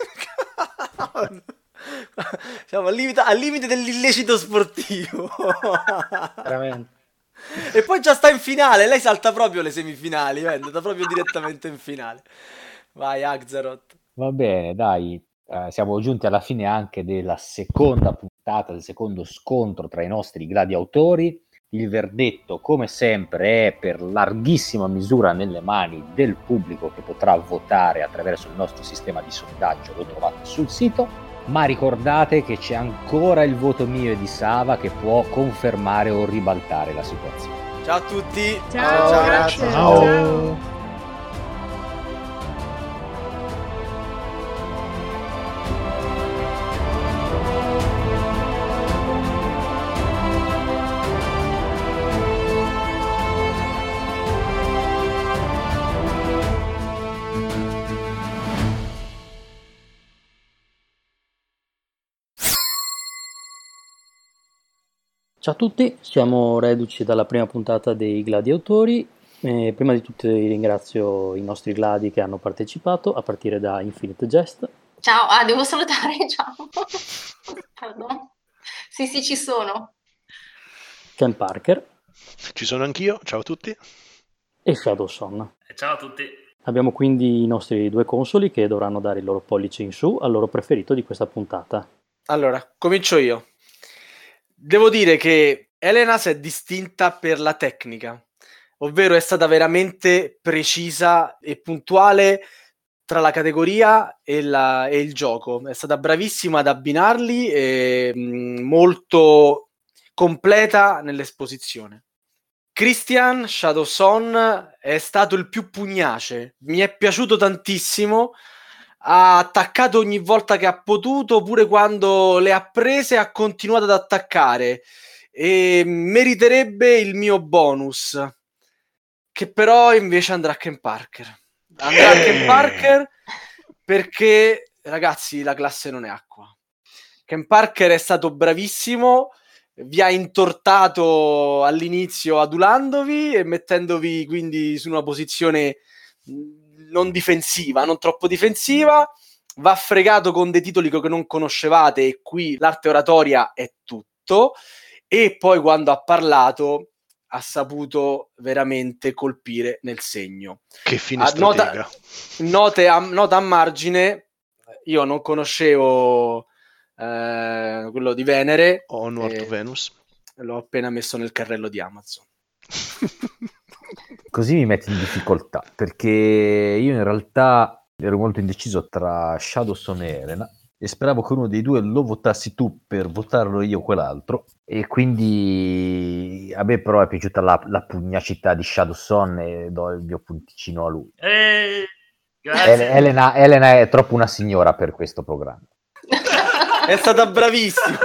Siamo al limite dell'illecito sportivo. Veramente. E poi già sta in finale, lei salta proprio le semifinali, è andata proprio direttamente in finale. Vai Axaroth. Va bene, dai, siamo giunti alla fine anche della seconda puntata, del secondo scontro tra i nostri gladiatori. Il verdetto, come sempre, è per larghissima misura nelle mani del pubblico, che potrà votare attraverso il nostro sistema di sondaggio, lo trovate sul sito, ma ricordate che c'è ancora il voto mio e di Sava che può confermare o ribaltare la situazione. Ciao a tutti. Ciao, grazie. Ciao. Ciao a tutti, siamo reduci dalla prima puntata dei Gladiatori. Prima di tutto ringrazio i nostri gladi che hanno partecipato, a partire da Infinite Jest. Ciao, devo salutare, ciao. Pardon. Sì, ci sono. Ken Parker. Ci sono anch'io, ciao a tutti. E Shadowson. Ciao a tutti. Abbiamo quindi i nostri due consoli che dovranno dare il loro pollice in su al loro preferito di questa puntata. Allora, comincio io. Devo dire che Elena si è distinta per la tecnica, ovvero è stata veramente precisa e puntuale tra la categoria e il gioco. È stata bravissima ad abbinarli e molto completa nell'esposizione. Christian Shadowson è stato il più pugnace, mi è piaciuto tantissimo. Ha attaccato ogni volta che ha potuto, pure quando le ha prese ha continuato ad attaccare e meriterebbe il mio bonus, che però invece andrà a Ken Parker. Andrà a Ken Parker perché, ragazzi, la classe non è acqua. Ken Parker è stato bravissimo, vi ha intortato all'inizio adulandovi e mettendovi quindi su una posizione non difensiva, non troppo difensiva, va fregato con dei titoli che non conoscevate e qui l'arte oratoria è tutto, e poi quando ha parlato ha saputo veramente colpire nel segno. Che fine stratega. Nota a margine, io non conoscevo quello di Venere. Onward Venus. L'ho appena messo nel carrello di Amazon. Così mi metti in difficoltà, perché io in realtà ero molto indeciso tra Shadowson e Elena e speravo che uno dei due lo votassi tu per votarlo io quell'altro, e quindi a me però è piaciuta la pugnacità di Shadowson e do il mio punticino a lui. Grazie. Elena è troppo una signora per questo programma. È stata bravissima.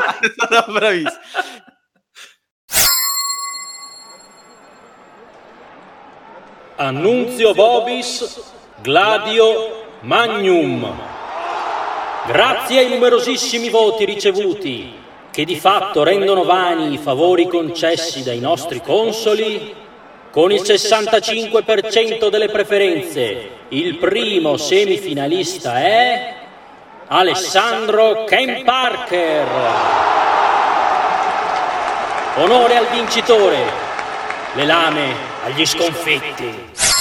Annunzio vobis Gladio Magnum. Grazie ai numerosissimi voti ricevuti, che di fatto rendono vani i favori concessi dai nostri consoli, con il 65% delle preferenze, il primo semifinalista è Alessandro Ken Parker. Onore al vincitore, le lame agli sconfitti.